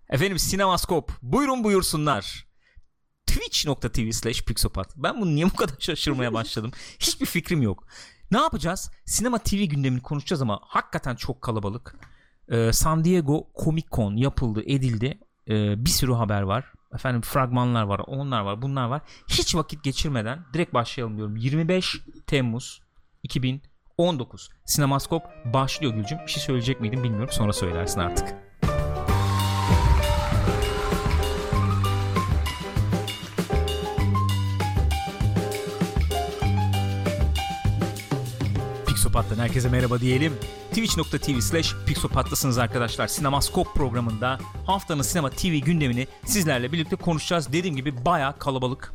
Efendim Sinemaskop. Buyurun buyursunlar. Twitch.tv/Pixopat. Ben bunu niye bu kadar şaşırmaya başladım? Hiçbir fikrim yok. Ne yapacağız? Sinema TV gündemini konuşacağız ama hakikaten çok kalabalık. San Diego Comic Con yapıldı, edildi. Bir sürü haber var. Efendim fragmanlar var, onlar var, bunlar var. Hiç vakit geçirmeden direkt başlayalım diyorum. 25 Temmuz 2019. Sinemaskop başlıyor Gülcüm. Bir şey söyleyecek miydin bilmiyorum. Sonra söylersin artık. Pixopat'tan herkese merhaba diyelim. Twitch.tv/Pixopat'tasınız arkadaşlar. Sinemaskop programında haftanın sinema TV gündemini sizlerle birlikte konuşacağız. Dediğim gibi bayağı kalabalık.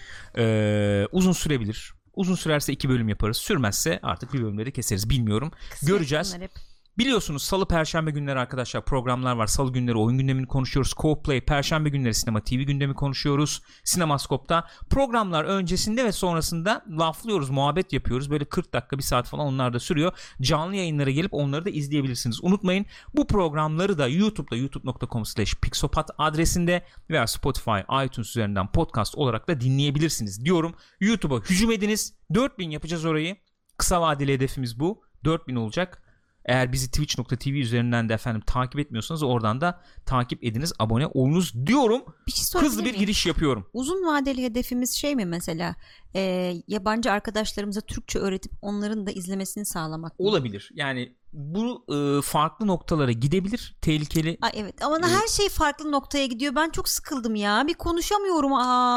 Uzun sürebilir. Uzun sürerse 2 bölüm yaparız. Sürmezse artık bir bölümleri keseriz. Bilmiyorum. Göreceğiz. Biliyorsunuz salı perşembe günleri arkadaşlar programlar var. Salı günleri oyun gündemini konuşuyoruz. Co-Play perşembe günleri sinema TV gündemi konuşuyoruz. Sinemaskop'ta programlar öncesinde ve sonrasında laflıyoruz, muhabbet yapıyoruz. Böyle 40 dakika, 1 saat falan onlar da sürüyor. Canlı yayınlara gelip onları da izleyebilirsiniz. Unutmayın bu programları da YouTube'da youtube.com/pixopat adresinde veya Spotify, iTunes üzerinden podcast olarak da dinleyebilirsiniz diyorum. YouTube'a hücum ediniz. 4000 yapacağız orayı. Kısa vadeli hedefimiz bu. 4000 olacak. Eğer bizi Twitch.tv üzerinden de efendim takip etmiyorsanız oradan da takip ediniz, abone olunuz diyorum. Hızlı bir giriş yapıyorum. Uzun vadeli hedefimiz şey mi mesela? Yabancı arkadaşlarımıza Türkçe öğretip onların da izlemesini sağlamak mı? Olabilir. Yani bu farklı noktalara gidebilir. Tehlikeli. Ay evet ama her şey farklı noktaya gidiyor. Ben çok sıkıldım ya. Bir konuşamıyorum.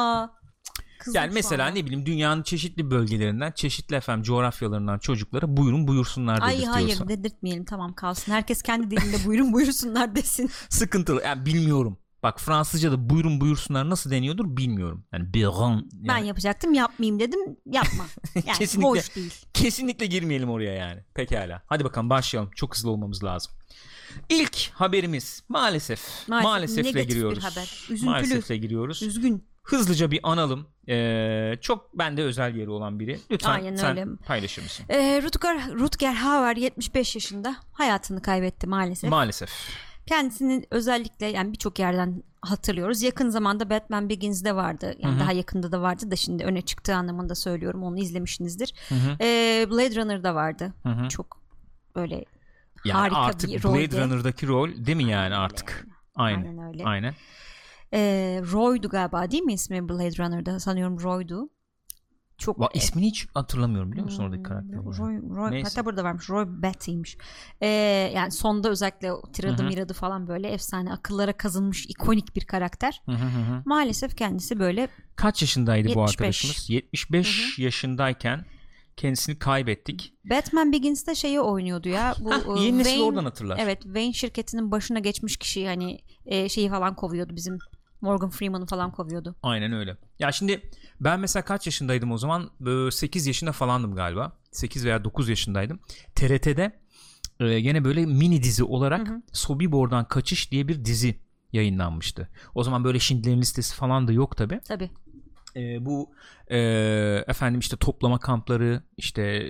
Yani mesela ne bileyim dünyanın çeşitli bölgelerinden, çeşitli efendim coğrafyalarından çocuklara buyurun buyursunlar dedirtiyorsa. Hayır dedirtmeyelim, tamam kalsın. Herkes kendi dilinde buyurun buyursunlar desin. Sıkıntılı. Yani bilmiyorum. Bak Fransızca'da buyurun buyursunlar nasıl deniyordur bilmiyorum. Yani yani. Ben yapacaktım, yapmayayım dedim. Yapma. Yani kesinlikle, hoş değil. Kesinlikle girmeyelim oraya yani. Pekala. Hadi bakalım başlayalım. Çok hızlı olmamız lazım. İlk haberimiz maalesefle giriyoruz. Bir haber. Üzüntülü. Maalesefle giriyoruz. Üzgün. Hızlıca bir analım. Çok bende özel yeri olan biri. Lütfen aynen sen öyle paylaşır mısın? Rutger Hauer 75 yaşında hayatını kaybetti maalesef. Kendisini özellikle yani birçok yerden hatırlıyoruz. Yakın zamanda Batman Begins'de vardı. Yani daha yakında da vardı da şimdi öne çıktığı anlamında söylüyorum. Onu izlemişsinizdir. Blade Runner'da vardı. Çok böyle yani harika artık bir Blade rolde. Runner'daki rol değil mi yani artık? Aynen öyle. Aynen. Roy'du galiba değil mi ismi Blade Runner'da? Sanıyorum Roy'du. Çok ismini hiç hatırlamıyorum biliyor musun oradaki karakter? Roy hatta burada varmış. Roy Batty'ymiş. Yani sonda özellikle o tiradı miradı falan böyle efsane, akıllara kazınmış ikonik bir karakter. Maalesef kendisi böyle. Kaç yaşındaydı 75. bu arkadaşımız? 75 yaşındayken kendisini kaybettik. Batman Begins'te şeyi oynuyordu ya. Bu yeni nesil oradan hatırlar. Evet, Wayne şirketinin başına geçmiş kişi, hani şeyi falan kovuyordu, bizim Morgan Freeman'ı falan kovuyordu. Aynen öyle. Ya şimdi ben mesela kaç yaşındaydım o zaman? 8 yaşında falandım galiba. 8 veya 9 yaşındaydım. TRT'de yine böyle mini dizi olarak Sobibor'dan Kaçış diye bir dizi yayınlanmıştı. O zaman böyle Schindler'in Listesi falan da yok tabii. Tabii. Bu efendim işte toplama kampları, işte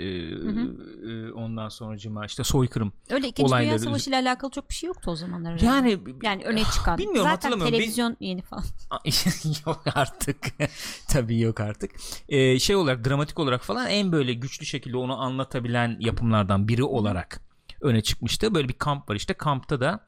ondan sonracıma işte soykırım öyle İkinci olayları. Dünya Savaşı ile alakalı çok bir şey yoktu o zamanlar. Yani öne çıkan. Bilmiyorum, zaten televizyon yeni falan. Yok artık. Tabii yok artık. Şey olarak, dramatik olarak falan en böyle güçlü şekilde onu anlatabilen yapımlardan biri olarak öne çıkmıştı. Böyle bir kamp var, işte kampta da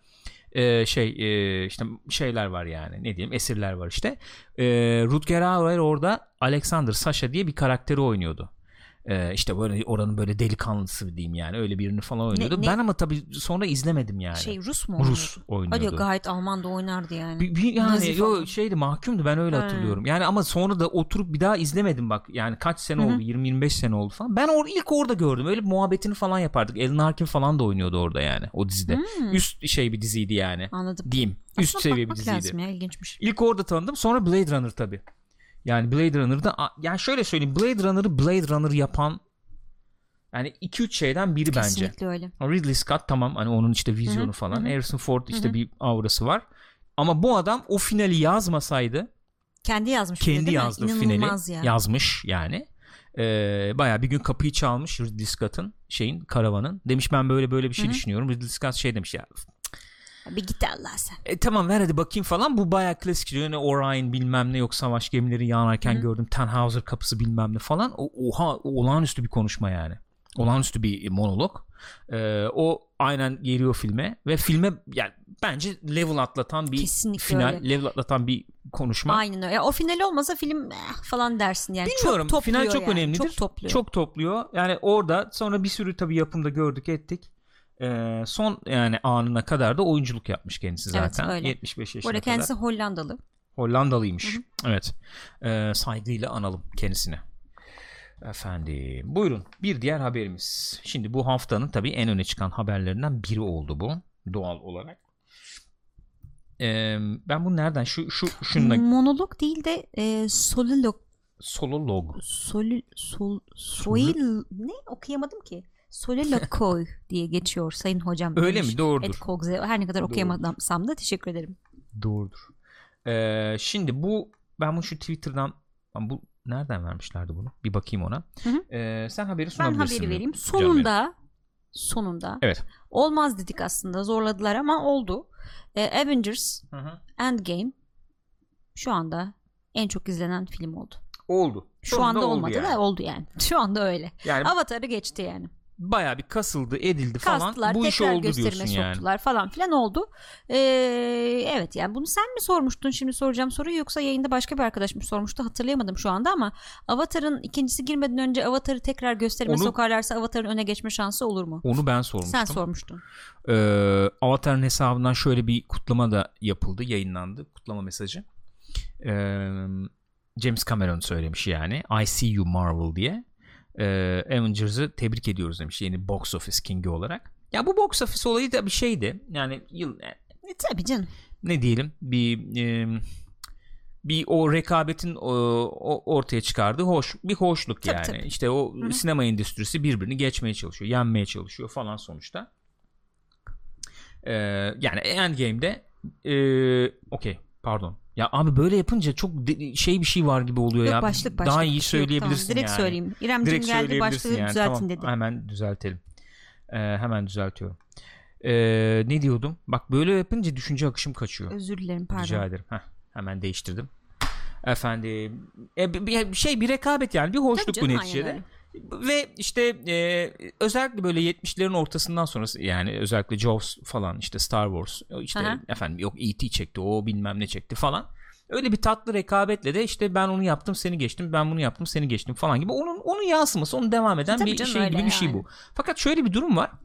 işte şeyler var yani, ne diyeyim, esirler var işte. Rutger Hauer orada Alexander Sasha diye bir karakteri oynuyordu. İşte böyle oranın böyle delikanlısı diyeyim yani, öyle birini falan oynuyordu. Ben ama tabii sonra izlemedim yani. Rus mu oynuyordu? Rus oynuyordu. Hadi, gayet Alman da oynardı yani. Yani mahkumdu, ben öyle hatırlıyorum. Yani ama sonra da oturup bir daha izlemedim bak. Yani kaç sene oldu? 20-25 sene oldu falan. Ben ilk orada gördüm. Öyle muhabbetini falan yapardık. Alan Arkin falan da oynuyordu orada yani o dizide. Üst bir diziydi yani. Anladım. Diyeyim. Üst seviye bir diziydi. Lazım ya, ilginçmiş. İlk orada tanıdım. Sonra Blade Runner tabii. Yani Blade Runner'da, yani şöyle söyleyeyim, Blade Runner yapan yani 2-3 şeyden biri bence. Kesinlikle öyle. Ridley Scott tamam, hani onun işte vizyonu falan. Harrison Ford işte bir aurası var. Ama bu adam o finali yazmasaydı, kendi yazmış. Kendi yazdı finali. Ya. Yazmış yani. Bayağı bir gün kapıyı çalmış Ridley Scott'ın karavanın. Demiş ben böyle bir şey düşünüyorum. Ridley Scott şey demiş ya, Bir git Allah sen. Tamam ver hadi bakayım falan. Bu bayağı klasik. Yani Orion bilmem ne, yok savaş gemileri yağarken gördüm. Tannhauser kapısı bilmem ne falan. Oha, olağanüstü bir konuşma yani. Olağanüstü bir monolog. O aynen geliyor filme ve filme yani bence level atlatan bir kesinlikle final, öyle. Level atlatan bir konuşma. Aynen öyle. O final olmasa film falan dersin yani. Bilmiyorum. Çok final çok yani. önemlidir. Çok topluyor. Yani orada sonra bir sürü tabii yapımda gördük ettik. Son yani anına kadar da oyunculuk yapmış kendisi zaten. Evet, 75 yaşına kadar. Kendisi Hollandalı. Hollandalıymış. Hı-hı. Evet. Saygıyla analım kendisini. Efendim buyurun, bir diğer haberimiz. Şimdi bu haftanın tabii en öne çıkan haberlerinden biri oldu bu doğal olarak. Ben bunu nereden şununla monolog değil de solilog ne okuyamadım ki. Soliloquy diye geçiyor sayın hocam. Öyle mi? Doğrudur. Her ne kadar okuyamadım da teşekkür ederim. Doğrudur. Şimdi ben bunu şu Twitter'dan bu nereden vermişlerdi bunu? Bir bakayım ona. Sen haberi sunabilirsin. Ben haberi vereyim. Sonunda. Evet. Olmaz dedik aslında. Zorladılar ama oldu. Avengers Endgame şu anda en çok izlenen film oldu. Oldu. Şu anda olmadı yani. Da oldu yani. Şu anda öyle. Yani Avatar'ı geçti yani. Bayağı bir kasıldı, edildi falan. Kastılar, bu iş oldu diyorsun yani. Tekrar gösterime soktular falan filan oldu. Evet yani bunu sen mi sormuştun, şimdi soracağım soruyu, yoksa yayında başka bir arkadaş mı sormuştu, hatırlayamadım şu anda ama Avatar'ın ikincisi girmeden önce Avatar'ı tekrar gösterime sokarlarsa Avatar'ın öne geçme şansı olur mu? Onu ben sormuştum. Sen sormuştun. Avatar'ın hesabından şöyle bir kutlama da yapıldı, yayınlandı. Kutlama mesajı. James Cameron söylemiş yani. I see you Marvel diye. Avengers'ı tebrik ediyoruz demiş yeni box office king'i olarak. Ya bu box office olayı da bir şeydi. Yani tabii canım. Ne diyelim, bir o rekabetin ortaya çıkardığı bir hoşluk yani. Tabii. İşte o sinema endüstrisi birbirini geçmeye çalışıyor, yenmeye çalışıyor falan sonuçta. Yani Endgame'de okey, pardon. Ya abi böyle yapınca çok bir şey var gibi oluyor. Yok, ya. başlık daha iyi söyleyebilirsin tamam. Direkt yani. Söyleyeyim. İremciğim geldi, başlığı yani. Düzeltin tamam, dedi. Hemen düzeltelim. Hemen düzeltiyorum. Ne diyordum? Bak böyle yapınca düşünce akışım kaçıyor. Özür dilerim, pardon. Rica ederim. Hemen değiştirdim. Efendim bir rekabet yani, bir hoşluk bu neticede. Ve işte özellikle böyle 70'lerin ortasından sonrası yani, özellikle Jaws falan, işte Star Wars, işte efendim yok E.T. çekti, o bilmem ne çekti falan. Öyle bir tatlı rekabetle de işte ben onu yaptım seni geçtim, ben bunu yaptım seni geçtim falan gibi onun yansıması, onun devam eden bir şey gibi bir şey bu. Fakat şöyle bir durum var.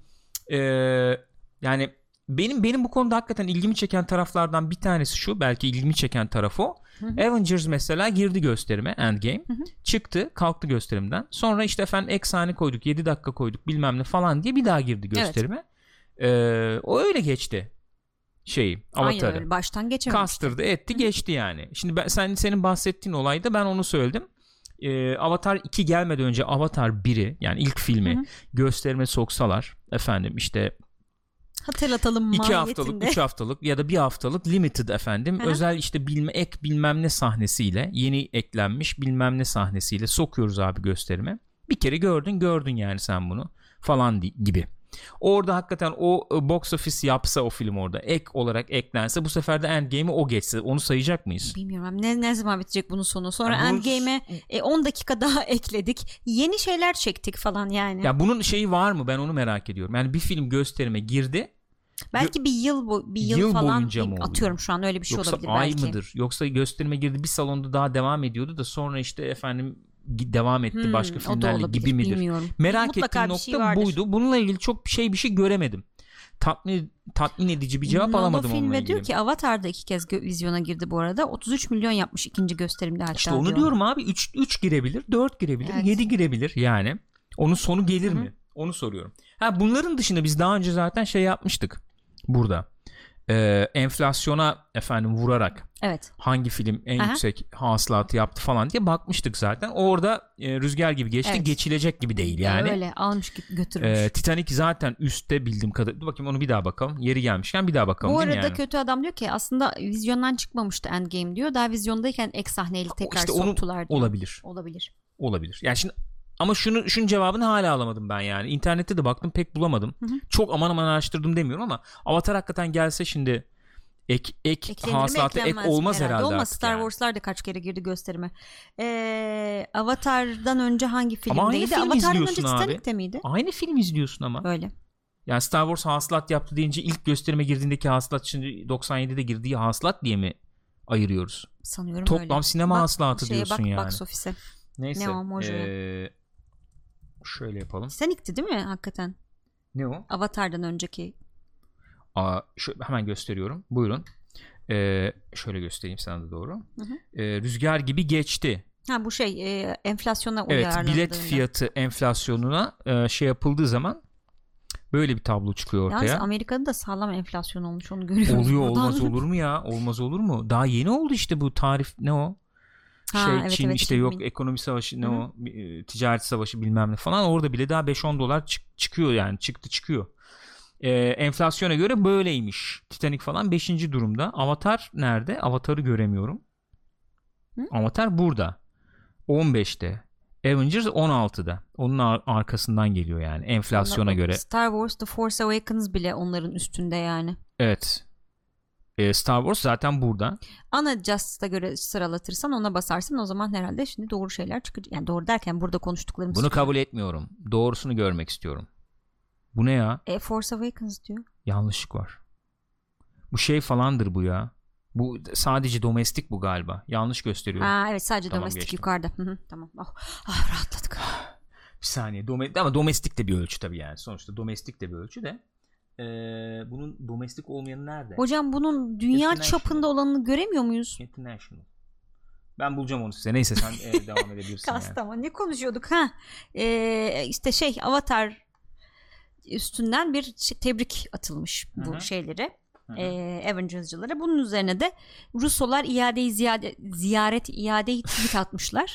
Yani benim bu konuda hakikaten ilgimi çeken taraflardan bir tanesi şu, belki ilgimi çeken taraf o. Avengers mesela girdi gösterime, Endgame. Çıktı, kalktı gösterimden. Sonra işte efendim ek sahne koyduk, 7 dakika koyduk bilmem ne falan diye bir daha girdi gösterime. Evet. O öyle geçti Avatar'ı. Aynen öyle, baştan geçememişti. Kastırdı, etti, geçti yani. Şimdi senin bahsettiğin olayda ben onu söyledim. Avatar 2 gelmeden önce Avatar 1'i yani ilk filmi gösterime soksalar efendim, işte hatırlatalım 2 haftalık, 3 haftalık ya da 1 haftalık limited efendim, özel işte ek bilmem ne sahnesiyle, yeni eklenmiş bilmem ne sahnesiyle sokuyoruz abi gösterime. Bir kere gördün yani sen bunu falan gibi. Orada hakikaten o box office yapsa o film, orada ek olarak eklense, bu sefer de Endgame'i o geçse, onu sayacak mıyız? Bilmiyorum ne zaman bitecek bunun sonu. Sonra yani Endgame'e 10 dakika daha ekledik. Yeni şeyler çektik falan yani. Ya bunun şeyi var mı? Ben onu merak ediyorum. Yani bir film gösterime girdi. Belki bir yıl falan boyunca mı atıyorum şu an, öyle bir şey yoksa olabilir belki. Yoksa ay mıdır? Yoksa gösterime girdi, bir salonda daha devam ediyordu da sonra işte efendim devam etti başka filmlerle gibi midir? Bilmiyorum. Merak mutlaka ettiğim nokta buydu. Bununla ilgili çok bir şey göremedim. Tatmin edici bir cevap alamadım onunla ilgili. Diyor ki Avatar'da 2 kez vizyona girdi bu arada. 33 milyon yapmış ikinci gösterimde hatta. İşte onu diyorum abi. 3 girebilir, 4 girebilir, evet. 7 girebilir yani. Onun sonu gelir mi? Onu soruyorum. Bunların dışında biz daha önce zaten yapmıştık burada. Enflasyona efendim vurarak hangi film en yüksek hasılatı yaptı falan diye bakmıştık zaten. Orada rüzgar gibi geçti, geçilecek gibi değil yani. Öyle almış götürmüş. Titanic zaten üstte bildiğim kadarıyla. Dur bakayım, onu bir daha bakalım. Yeri gelmişken bir daha bakalım. Bu arada yani. Kötü adam diyor ki aslında vizyondan çıkmamıştı Endgame diyor. Daha vizyondayken ek sahneyle tekrar soktular diyor. Olabilir. Yani şimdi Ama şunun cevabını hala alamadım ben yani. İnternette de baktım pek bulamadım. Çok aman araştırdım demiyorum ama Avatar hakikaten gelse şimdi ek hasılatı ek olmaz herhalde olmaz. Artık Star Wars'lar da kaç kere girdi gösterime. Avatar'dan önce hangi filmdeydi? Ama aynı film Avatar'dan önce izliyorsun abi. Titanic'te miydi? Aynı film izliyorsun ama. Öyle. Yani Star Wars hasılat yaptı deyince ilk gösterime girdiğindeki hasılat şimdi 97'de girdiği hasılat diye mi ayırıyoruz? Sanıyorum Toplam öyle. sinema hasılatı diyorsun yani. Box office'e. Neyse. Ne o? Şöyle yapalım. Titanic'ti değil mi hakikaten? Ne o? Avatar'dan önceki. Hemen gösteriyorum. Buyurun. Şöyle göstereyim sana da doğru. Rüzgar gibi geçti. Ha bu enflasyona uyarlandığında. Evet, bilet fiyatı enflasyonuna şey yapıldığı zaman böyle bir tablo çıkıyor ortaya. Yalnız Amerika'da da sağlam enflasyon olmuş, onu görüyoruz. Oluyor buradan. Olmaz olur mu ya? Olmaz olur mu? Daha yeni oldu işte bu tarif ne o? Çin işte yok ekonomi savaşı ne o? Ticaret savaşı bilmem ne falan. Orada bile daha $5-10 çıkıyor yani. Çıkıyor. Enflasyona göre böyleymiş. Titanic falan 5. durumda. Avatar nerede? Avatar'ı göremiyorum. Avatar burada. 15'te. Avengers 16'da. Onun arkasından geliyor yani enflasyona göre. Star Wars The Force Awakens bile onların üstünde yani. Evet. Star Wars zaten burada. Ana Justice'a göre sıralatırsan, ona basarsan o zaman herhalde şimdi doğru şeyler çıkacak. Yani doğru derken burada konuştuklarımız. Bunu kabul etmiyorum. Doğrusunu görmek istiyorum. Bu ne ya? Force Awakens diyor. Yanlışlık var. Bu şey falandır bu ya. Bu sadece domestik bu galiba. Yanlış gösteriyorum. Evet sadece tamam, domestik geçtim. Yukarıda. Tamam. Rahatladık. Bir saniye. Ama domestik de bir ölçü tabii yani. Sonuçta domestik de bir ölçü de. Bunun domestik olmayanı nerede? Hocam bunun dünya çapında olanını göremiyor muyuz? International. Ben bulacağım onu size. Neyse sen devam edebilirsin. Ama ne konuşuyorduk? İşte Avatar üstünden bir tebrik atılmış bu şeylere. Avengers'cılara. Bunun üzerine de Russolar iadeyi tweet atmışlar.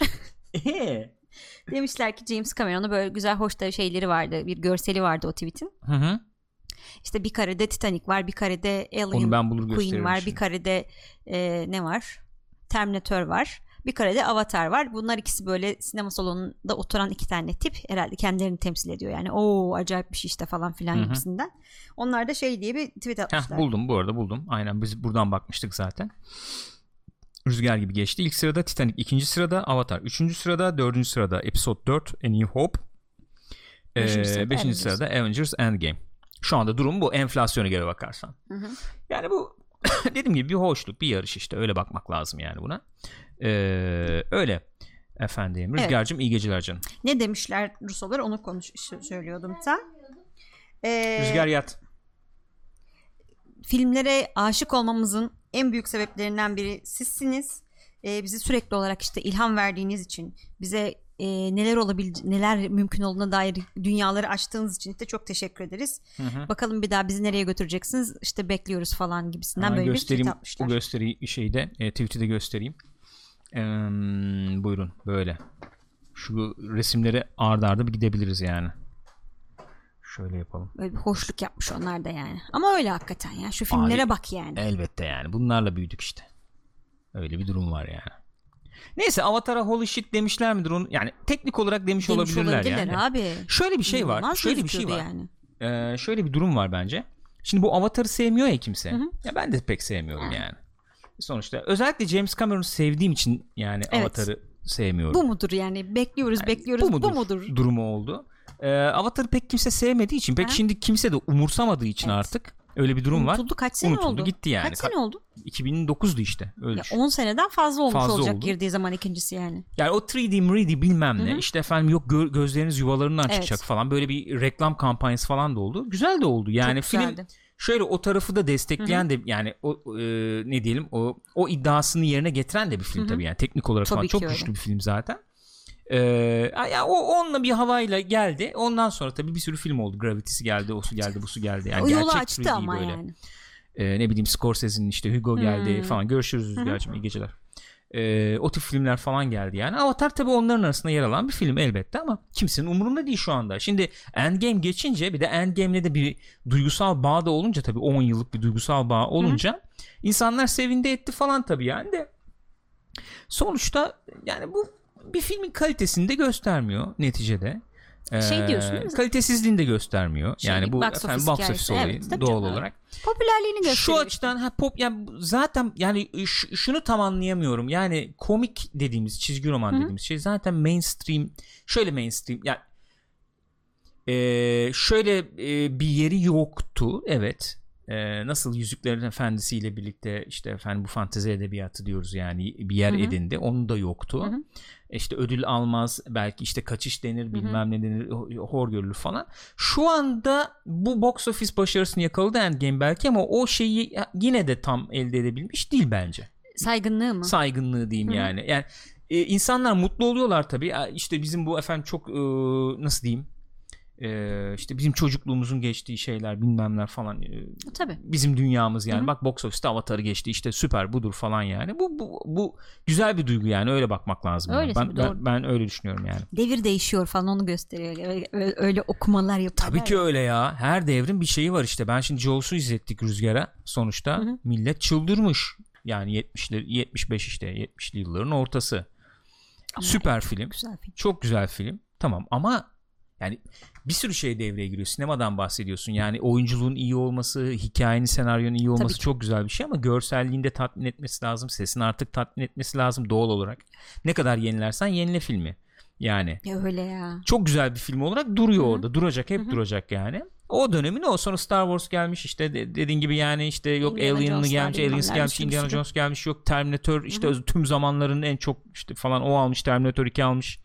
Demişler ki James Cameron'a böyle güzel hoş da şeyleri vardı. Bir görseli vardı o tweetin. İşte bir karede Titanic var, bir karede Alien Queen var, bir karede ne var? Terminator var. Bir karede Avatar var. Bunlar ikisi böyle sinema salonunda oturan iki tane tip. Herhalde kendilerini temsil ediyor. Yani acayip bir şey işte falan filan gibisinden. Onlar da diye bir tweet atmışlar. Buldum. Aynen biz buradan bakmıştık zaten. Rüzgar gibi geçti. İlk sırada Titanic, ikinci sırada Avatar, üçüncü sırada, dördüncü sırada Episode 4 A New Hope, beşinci sırada Avengers Endgame. Şu anda durum bu, enflasyona göre bakarsan. Yani bu dediğim gibi bir hoşluk, bir yarış işte, öyle bakmak lazım yani buna. Öyle efendim. Rüzgar'cığım iyi geceler canım. Ne demişler Ruslar, onu söylüyordum sen. Rüzgar yat. Filmlere aşık olmamızın en büyük sebeplerinden biri sizsiniz. Bizi sürekli olarak işte ilham verdiğiniz için, bize neler mümkün olduğuna dair dünyaları açtığınız için de çok teşekkür ederiz. Bakalım bir daha bizi nereye götüreceksiniz, işte bekliyoruz falan gibisinden böyle bir tweet atmışlar. Bu gösteriyi tweet'i de göstereyim. Buyurun böyle. Şu resimleri arda arda bir gidebiliriz yani. Şöyle yapalım. Böyle bir hoşluk yapmış onlar da yani. Ama öyle hakikaten ya. Şu filmlere bak yani. Elbette yani. Bunlarla büyüdük işte. Öyle bir durum var yani. Neyse, Avatar'a holy shit demişler midir onu? Yani teknik olarak demiş olabilirler yani. Abi. Şöyle bir şey var. Şöyle bir durum var bence. Şimdi bu Avatar'ı sevmiyor ya kimse. Ya ben de pek sevmiyorum yani. Sonuçta özellikle James Cameron'u sevdiğim için yani Avatar'ı sevmiyorum. Bu mudur yani? Bekliyoruz. Bu mudur? Durumu oldu. Avatar'ı pek kimse sevmediği için, pek şimdi kimse de umursamadığı için artık öyle bir durum var. Kaç sene oldu? Gitti yani. Kaç sene oldu? 2009'du işte. Öyle 10 seneden fazla olacak girdiği zaman ikincisi yani. Yani o 3D bilmem ne. İşte efendim yok gözleriniz yuvalarından çıkacak falan. Böyle bir reklam kampanyası falan da oldu. Güzel de oldu. Yani film şöyle o tarafı da destekleyen de yani ne diyelim o iddiasını yerine getiren de bir film tabii yani. Teknik olarak falan çok güçlü bir film zaten. Yani onunla bir havayla geldi. Ondan sonra tabii bir sürü film oldu. Gravity'si geldi, osu geldi, busu geldi. Yani o yolu açtı ama böyle. Yani. Ne bileyim Scorsese'nin işte Hugo geldi falan. Görüşürüz Rüzgar'cığım, iyi geceler. O tip filmler falan geldi yani. Avatar tabii onların arasında yer alan bir film elbette ama kimsenin umurunda değil şu anda. Şimdi Endgame geçince, bir de Endgame'le de bir duygusal bağ da olunca, tabii 10 yıllık bir duygusal bağ olunca insanlar sevindi etti falan tabii yani de. Sonuçta yani bu bir filmin kalitesini de göstermiyor neticede. Diyorsun değil mi? Kalitesizliğini de göstermiyor. Yani bu box office olayı doğal olarak. Popülerliğini gösteriyor. Şu açıdan yani zaten yani şunu tam anlayamıyorum. Yani komik dediğimiz, çizgi roman dediğimiz şey zaten mainstream. Şöyle mainstream yani şöyle bir yeri yoktu. Evet. Nasıl Yüzüklerin Efendisi ile birlikte işte efendim bu fantezi edebiyatı diyoruz yani bir yer edindi. Onun da yoktu. İşte ödül almaz, belki işte kaçış denir, bilmem ne denir, hor görülür falan. Şu anda bu box office başarısını yakaladı Endgame belki ama o şeyi yine de tam elde edebilmiş değil bence. Saygınlığı mı? Saygınlığı diyeyim yani. Yani insanlar mutlu oluyorlar tabii. İşte bizim bu efendim çok nasıl diyeyim? İşte bizim çocukluğumuzun geçtiği şeyler bilmemler falan tabii. Bizim dünyamız yani. Bak box office'te Avatar'ı geçti işte süper budur falan yani. Bu güzel bir duygu yani, öyle bakmak lazım. Öyle ben öyle düşünüyorum yani. Devir değişiyor falan, onu gösteriyor. Öyle okumalar yapıyor. Tabii ki öyle ya. Her devrin bir şeyi var işte. Ben şimdi Jaws'u izlettik Rüzgar'a. Sonuçta millet çıldırmış. Yani 75 işte 70'li yılların ortası. Ama süper film. Güzel film. Çok güzel film. Tamam ama yani bir sürü şey devreye giriyor. Sinemadan bahsediyorsun. Yani oyunculuğun iyi olması, hikayenin, senaryonun iyi olması çok güzel bir şey ama görselliğini de tatmin etmesi lazım. Sesini artık tatmin etmesi lazım doğal olarak. Ne kadar yenilersen yenile filmi. Yani. Ya öyle ya. Çok güzel bir film olarak duruyor orada. Duracak, hep duracak yani. O dönemin o. Sonra Star Wars gelmiş işte dediğin gibi yani işte yok Alien'ı gelmiş, Aliens gelmiş, Indiana Jones gelmiş, yok Terminator işte tüm zamanların en çok işte falan o almış, Terminator 2 almış.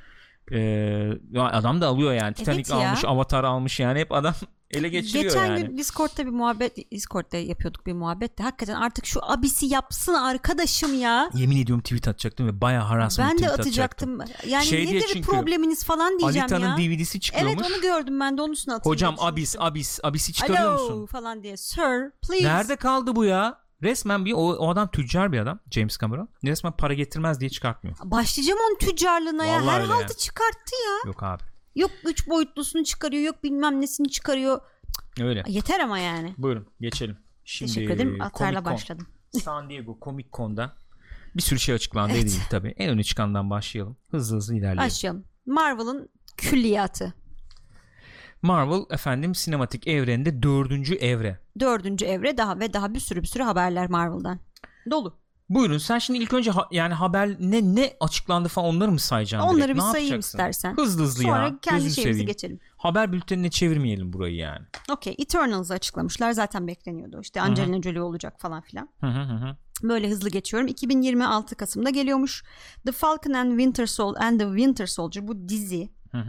Adam da alıyor yani. Titanic almış, Avatar almış yani, hep adam ele geçiriyor. Geçen yani. gün Discord'da yapıyorduk bir muhabbet de hakikaten artık şu abisi yapsın arkadaşım ya. Yemin ediyorum tweet atacaktım ve bayağı harassment tweet atacaktım. Ben de atacaktım. Yani nedir probleminiz falan diyeceğim Alita'nın ya. Alita'nın DVD'si çıkıyormuş. Evet, onu gördüm ben de, onun üstüne atayım. Hocam abisi çıkarıyor musun? Falan diye. Sir please. Nerede kaldı bu ya? Resmen o adam tüccar bir adam, James Cameron. Resmen para getirmez diye çıkartmıyor. Başlayacağım onun tüccarlığına ya. Her haltı çıkarttı ya. Yok abi. Yok 3 boyutlusunu çıkarıyor, yok bilmem nesini çıkarıyor. Öyle. Yeter ama yani. Buyurun geçelim. Şimdi teşekkür ederim. Atarla başladım. San Diego Comic Con'da bir sürü şey açıklandı. Evet. Tabii. En öne çıkandan başlayalım. Hızlı ilerleyelim. Başlayalım. Marvel'ın külliyatı. Marvel efendim sinematik evrende 4. evre. 4. evre daha bir sürü haberler Marvel'dan. Dolu. Buyurun, sen şimdi ilk önce yani haber ne açıklandı falan onları mı sayacaksın? Onları bir sayayım istersen. Hızlı sonra ya. Sonra kendi şeyimize geçelim. Haber bültenine çevirmeyelim burayı yani. Okey. Eternals'ı açıklamışlar. Zaten bekleniyordu. İşte Angelina Jolie olacak falan filan. Böyle hızlı geçiyorum. 2026 Kasım'da geliyormuş. The Falcon and the Winter Soldier bu dizi.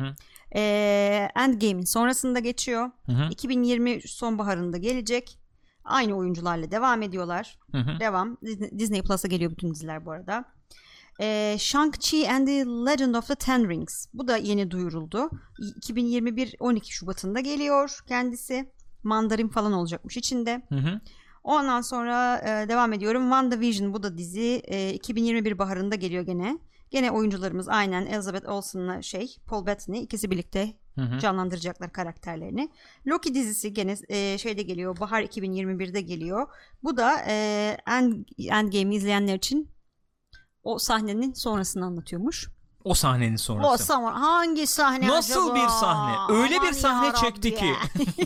Endgame'in sonrasında geçiyor. 2020 sonbaharında gelecek. Aynı oyuncularla devam ediyorlar. Devam. Disney Plus'a geliyor bütün diziler bu arada. Shang-Chi and the Legend of the Ten Rings. Bu da yeni duyuruldu. 2021 12 Şubat'ında geliyor kendisi. Mandarin falan olacakmış içinde. Ondan sonra devam ediyorum. WandaVision, bu da dizi. 2021 baharında geliyor gene. Gene oyuncularımız aynen Elizabeth Olsen'la Paul Bettany, ikisi birlikte canlandıracaklar karakterlerini. Loki dizisi gene şeyde geliyor. Bahar 2021'de geliyor. Bu da Endgame'i izleyenler için o sahnenin sonrasını anlatıyormuş. O sahnenin sonrası. Hangi sahne Nasıl acaba? Bir sahne? Öyle bir sahne çekti ki.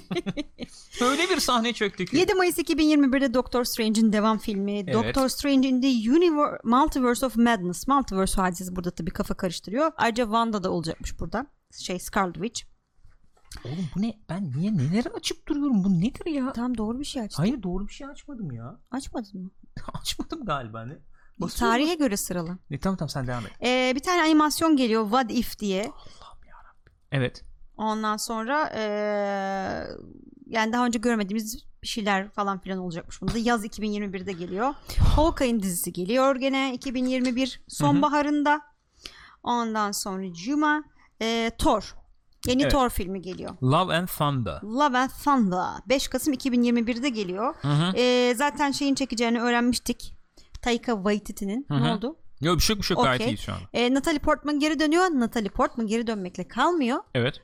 Öyle bir sahne çekti ki. 7 Mayıs 2021'de Doctor Strange'in devam filmi. Evet. Doctor Strange in the Multiverse of Madness. Multiverse hadisesi burada tabii kafa karıştırıyor. Ayrıca Wanda da olacakmış burada. Scarlet Witch. Oğlum bu ne? Ben niye neleri açıp duruyorum? Bu nedir ya? Tamam, doğru bir şey açtım. Hayır, doğru bir şey açmadım ya. Açmadın mı? Açmadım galiba ne? Tarihe göre sıralı. Tamam sen devam et. Bir tane animasyon geliyor, What If diye. Allah'ım yarabbim. Evet. Ondan sonra yani daha önce görmediğimiz bir şeyler falan filan olacakmış bunda. Yaz 2021'de geliyor. Hawkeye'in dizisi geliyor gene 2021 sonbaharında. Ondan sonra Cuma Thor. Yeni Thor filmi geliyor. Love and Thunder. Love and Thunder. 5 Kasım 2021'de geliyor. Zaten şeyin çekeceğini öğrenmiştik. Taika Waititi'nin. Ne oldu? Yok bir şey gayet iyi şu an. Natalie Portman geri dönüyor. Natalie Portman geri dönmekle kalmıyor. Evet.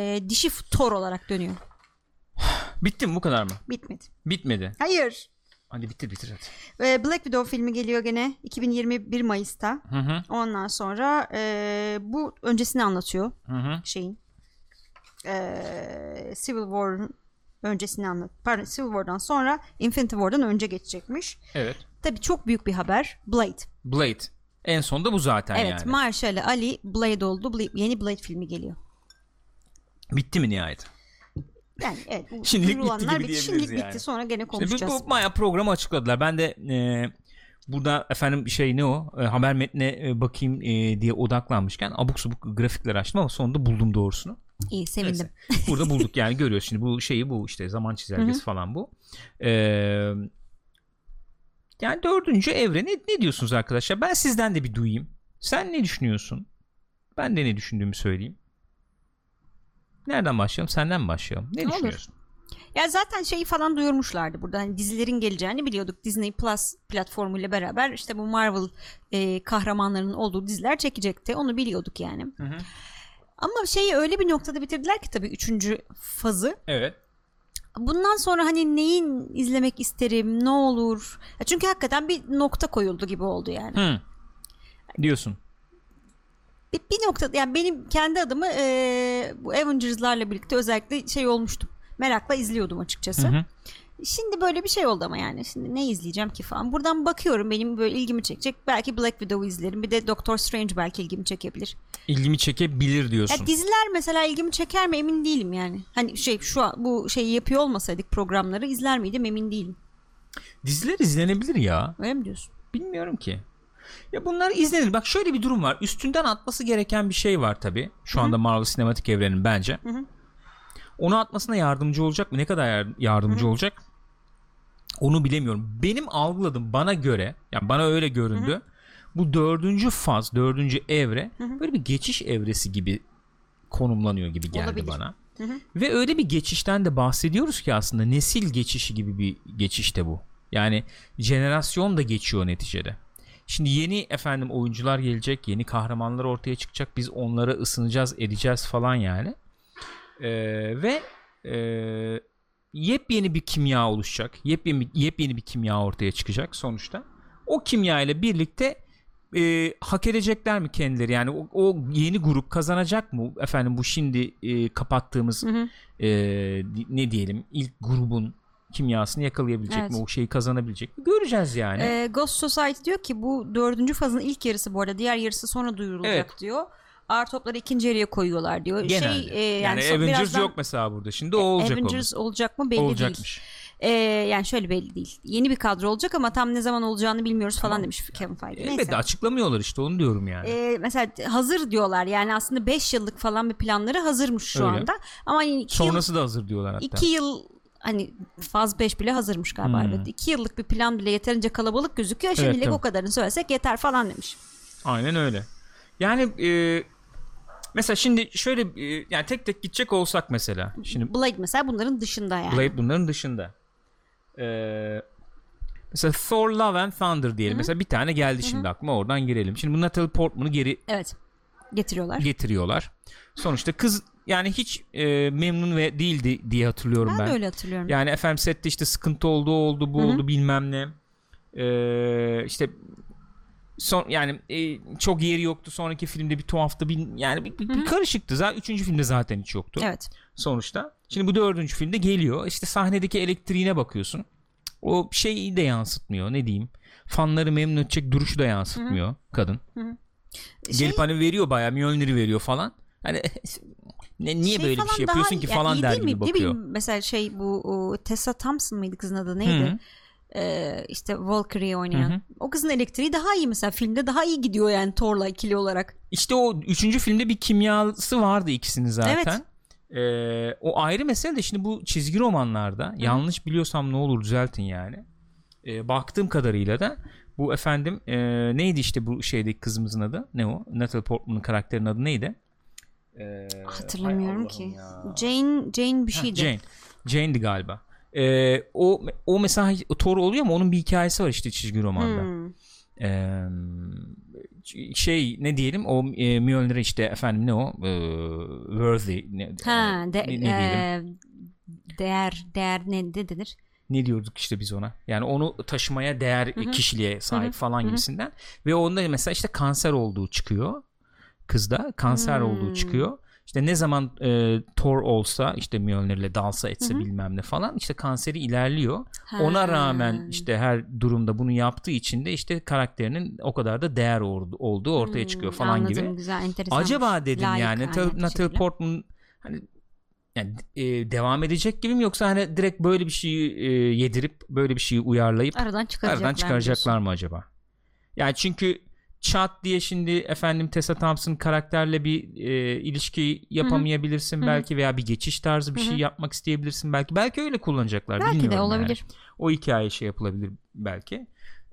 Dişi Thor olarak dönüyor. Bitti mi, bu kadar mı? Bitmedi. Bitmedi. Hayır. Hadi bitir hadi. Black Widow filmi geliyor gene 2021 Mayıs'ta. Hı. Ondan sonra bu öncesini anlatıyor. Hı. Şeyin Civil War'ın öncesini Pardon, Civil War'dan sonra Infinity War'dan önce geçecekmiş. Evet. Tabii çok büyük bir haber. Blade. En son da bu zaten evet, yani. Evet, Marshall Ali Blade oldu. Yeni Blade filmi geliyor. Bitti mi nihayet? Yani evet. Şimdilik bitti gibi diyebiliriz Şimdilik yani. bitti, sonra gene konuşacağız. İşte bu bayağı programı açıkladılar. Ben de burada efendim haber metnine bakayım diye odaklanmışken abuk subuk grafikler açtım ama sonunda buldum doğrusunu. İyi, sevindim. Burada bulduk yani, görüyoruz şimdi bu bu işte zaman çizelgesi falan bu. Yani 4. evre ne diyorsunuz arkadaşlar? Ben sizden de bir duyayım. Sen ne düşünüyorsun? Ben de ne düşündüğümü söyleyeyim. Nereden başlayalım? Senden mi başlayalım? Ne düşünüyorsun? Ya zaten şeyi falan duyurmuşlardı burada. Hani dizilerin geleceğini biliyorduk. Disney Plus platformuyla beraber işte bu Marvel kahramanlarının olduğu diziler çekecekti. Onu biliyorduk yani. Hı. Ama şeyi öyle bir noktada bitirdiler ki tabii 3. fazı. Evet. Bundan sonra hani neyin izlemek isterim, ne olur? Ya çünkü hakikaten bir nokta koyuldu gibi oldu yani. Hı. Diyorsun. Bir nokta, yani benim kendi adımı bu Avengers'larla birlikte özellikle şey olmuştum. Merakla izliyordum açıkçası. Hı. Şimdi böyle bir şey oldu ama yani. Şimdi ne izleyeceğim ki falan. Buradan bakıyorum, benim böyle ilgimi çekecek. Belki Black Widow'u izlerim. Bir de Doctor Strange belki ilgimi çekebilir. İlgimi çekebilir diyorsun. Ya diziler mesela ilgimi çeker mi emin değilim yani. Hani bu şeyi yapıyor olmasaydık, programları izler miydim emin değilim. Diziler izlenebilir ya. Öyle mi diyorsun? Bilmiyorum ki. Ya bunlar izlenir. Bak şöyle bir durum var. Üstünden atması gereken bir şey var tabii. Şu anda Marvel Sinematik Evreni'nin bence. Hı. Onu atmasına yardımcı olacak mı? Ne kadar yardımcı olacak? Onu bilemiyorum. Benim algıladığım, bana göre, yani bana öyle göründü. Hı. Bu 4. faz, 4. evre böyle bir geçiş evresi gibi konumlanıyor gibi geldi olabilir bana. Hı. Ve öyle bir geçişten de bahsediyoruz ki aslında nesil geçişi gibi bir geçiş de bu. Yani jenerasyon da geçiyor neticede. Şimdi yeni oyuncular gelecek, yeni kahramanlar ortaya çıkacak. Biz onlara ısınacağız, edeceğiz falan yani. Ve yepyeni bir kimya oluşacak. Yepyeni bir kimya ortaya çıkacak sonuçta. O kimya ile birlikte hak edecekler mi kendileri? Yani o yeni grup kazanacak mı? Bu şimdi kapattığımız ne diyelim, ilk grubun kimyasını yakalayabilecek mi? O şeyi kazanabilecek mi? Göreceğiz yani. Ghost Society diyor ki bu 4. fazın ilk yarısı, bu arada diğer yarısı sonra duyurulacak diyor. Ağır topları ikinci yarıya koyuyorlar diyor. Genelde. Yani Avengers yok mesela burada. Şimdi o olacak. Avengers olacak mı belli olacakmış değil. Yani şöyle belli değil. Yeni bir kadro olacak ama tam ne zaman olacağını bilmiyoruz falan demiş Kevin Feige. Elbette açıklamıyorlar, işte onu diyorum yani. Mesela hazır diyorlar. Yani aslında 5 yıllık falan bir planları hazırmış şu anda. Ama sonrası da hazır diyorlar hatta. 2 yıl, hani faz 5 bile hazırmış galiba. Evet. 2 yıllık bir plan bile yeterince kalabalık gözüküyor. Şimdilik o kadarını söylesek yeter falan demiş. Aynen öyle. Yani mesela şimdi şöyle yani tek tek gidecek olsak mesela. Şimdi Blade mesela bunların dışında yani. Blade bunların dışında. Mesela Thor Love and Thunder diyelim. Hı-hı. Mesela bir tane geldi şimdi aklıma, oradan girelim. Şimdi bu Natalie Portman'ı geri getiriyorlar. Sonuçta kız yani hiç memnun ve değildi diye hatırlıyorum ben. Ben de öyle hatırlıyorum. Yani sette işte sıkıntı oldu bu oldu bilmem ne. İşte yani çok yeri yoktu. Sonraki filmde bir tuhaftı. Bir karışıktı. Zaten 3. filmde zaten hiç yoktu. Evet. Sonuçta. Şimdi bu 4. filmde geliyor. İşte sahnedeki elektriğine bakıyorsun. O şeyi de yansıtmıyor. Ne diyeyim? Fanları memnun edecek duruşu da yansıtmıyor kadın. Gelip veriyor, bayağı Mjolnir'i veriyor falan. Hani niye böyle bir şey yapıyorsun ki falan der gibi bakıyor. Mesela bu Tessa Thompson mıydı kızın adı, neydi? İşte Valkyrie oynayan. O kızın elektriği daha iyi mesela, filmde daha iyi gidiyor yani Thor'la ikili olarak. İşte o 3. filmde bir kimyası vardı ikisinin zaten. Evet. O ayrı mesele de şimdi bu çizgi romanlarda yanlış biliyorsam ne olur düzeltin yani. Baktığım kadarıyla da bu neydi işte bu şeydeki kızımızın adı? Ne o? Natalie Portman'ın karakterinin adı neydi? Hatırlamıyorum ki. Ya. Jane bir şeydi. Jane'di galiba. O mesela Thor oluyor ama onun bir hikayesi var işte çizgi romanda. Ne diyelim, o Mjolnir işte ne o worthy ne diyelim, değer ne denir? ne diyorduk işte biz ona. Yani onu taşımaya değer kişiliğe sahip falan gibisinden. Ve onda mesela işte kanser olduğu çıkıyor. Kızda kanser olduğu çıkıyor. İşte ne zaman Thor olsa işte Mjolnir'le dalsa etse bilmem ne falan işte kanseri ilerliyor. Ona rağmen işte her durumda bunu yaptığı için de işte karakterinin o kadar da değer olduğu ortaya çıkıyor falan anladım, gibi. Güzel, acaba dedim yani Natalie Portman hani yani devam edecek gibi mi yoksa hani direkt böyle bir şeyi yedirip böyle bir şeyi uyarlayıp aradan çıkaracaklar mı acaba? Yani çünkü çat diye şimdi efendim Tessa Thompson karakterle bir ilişki yapamayabilirsin belki veya bir geçiş tarzı bir şey yapmak isteyebilirsin belki öyle kullanacaklar, belki bilmiyorum de olabilir. Yani. O hikaye şey yapılabilir belki.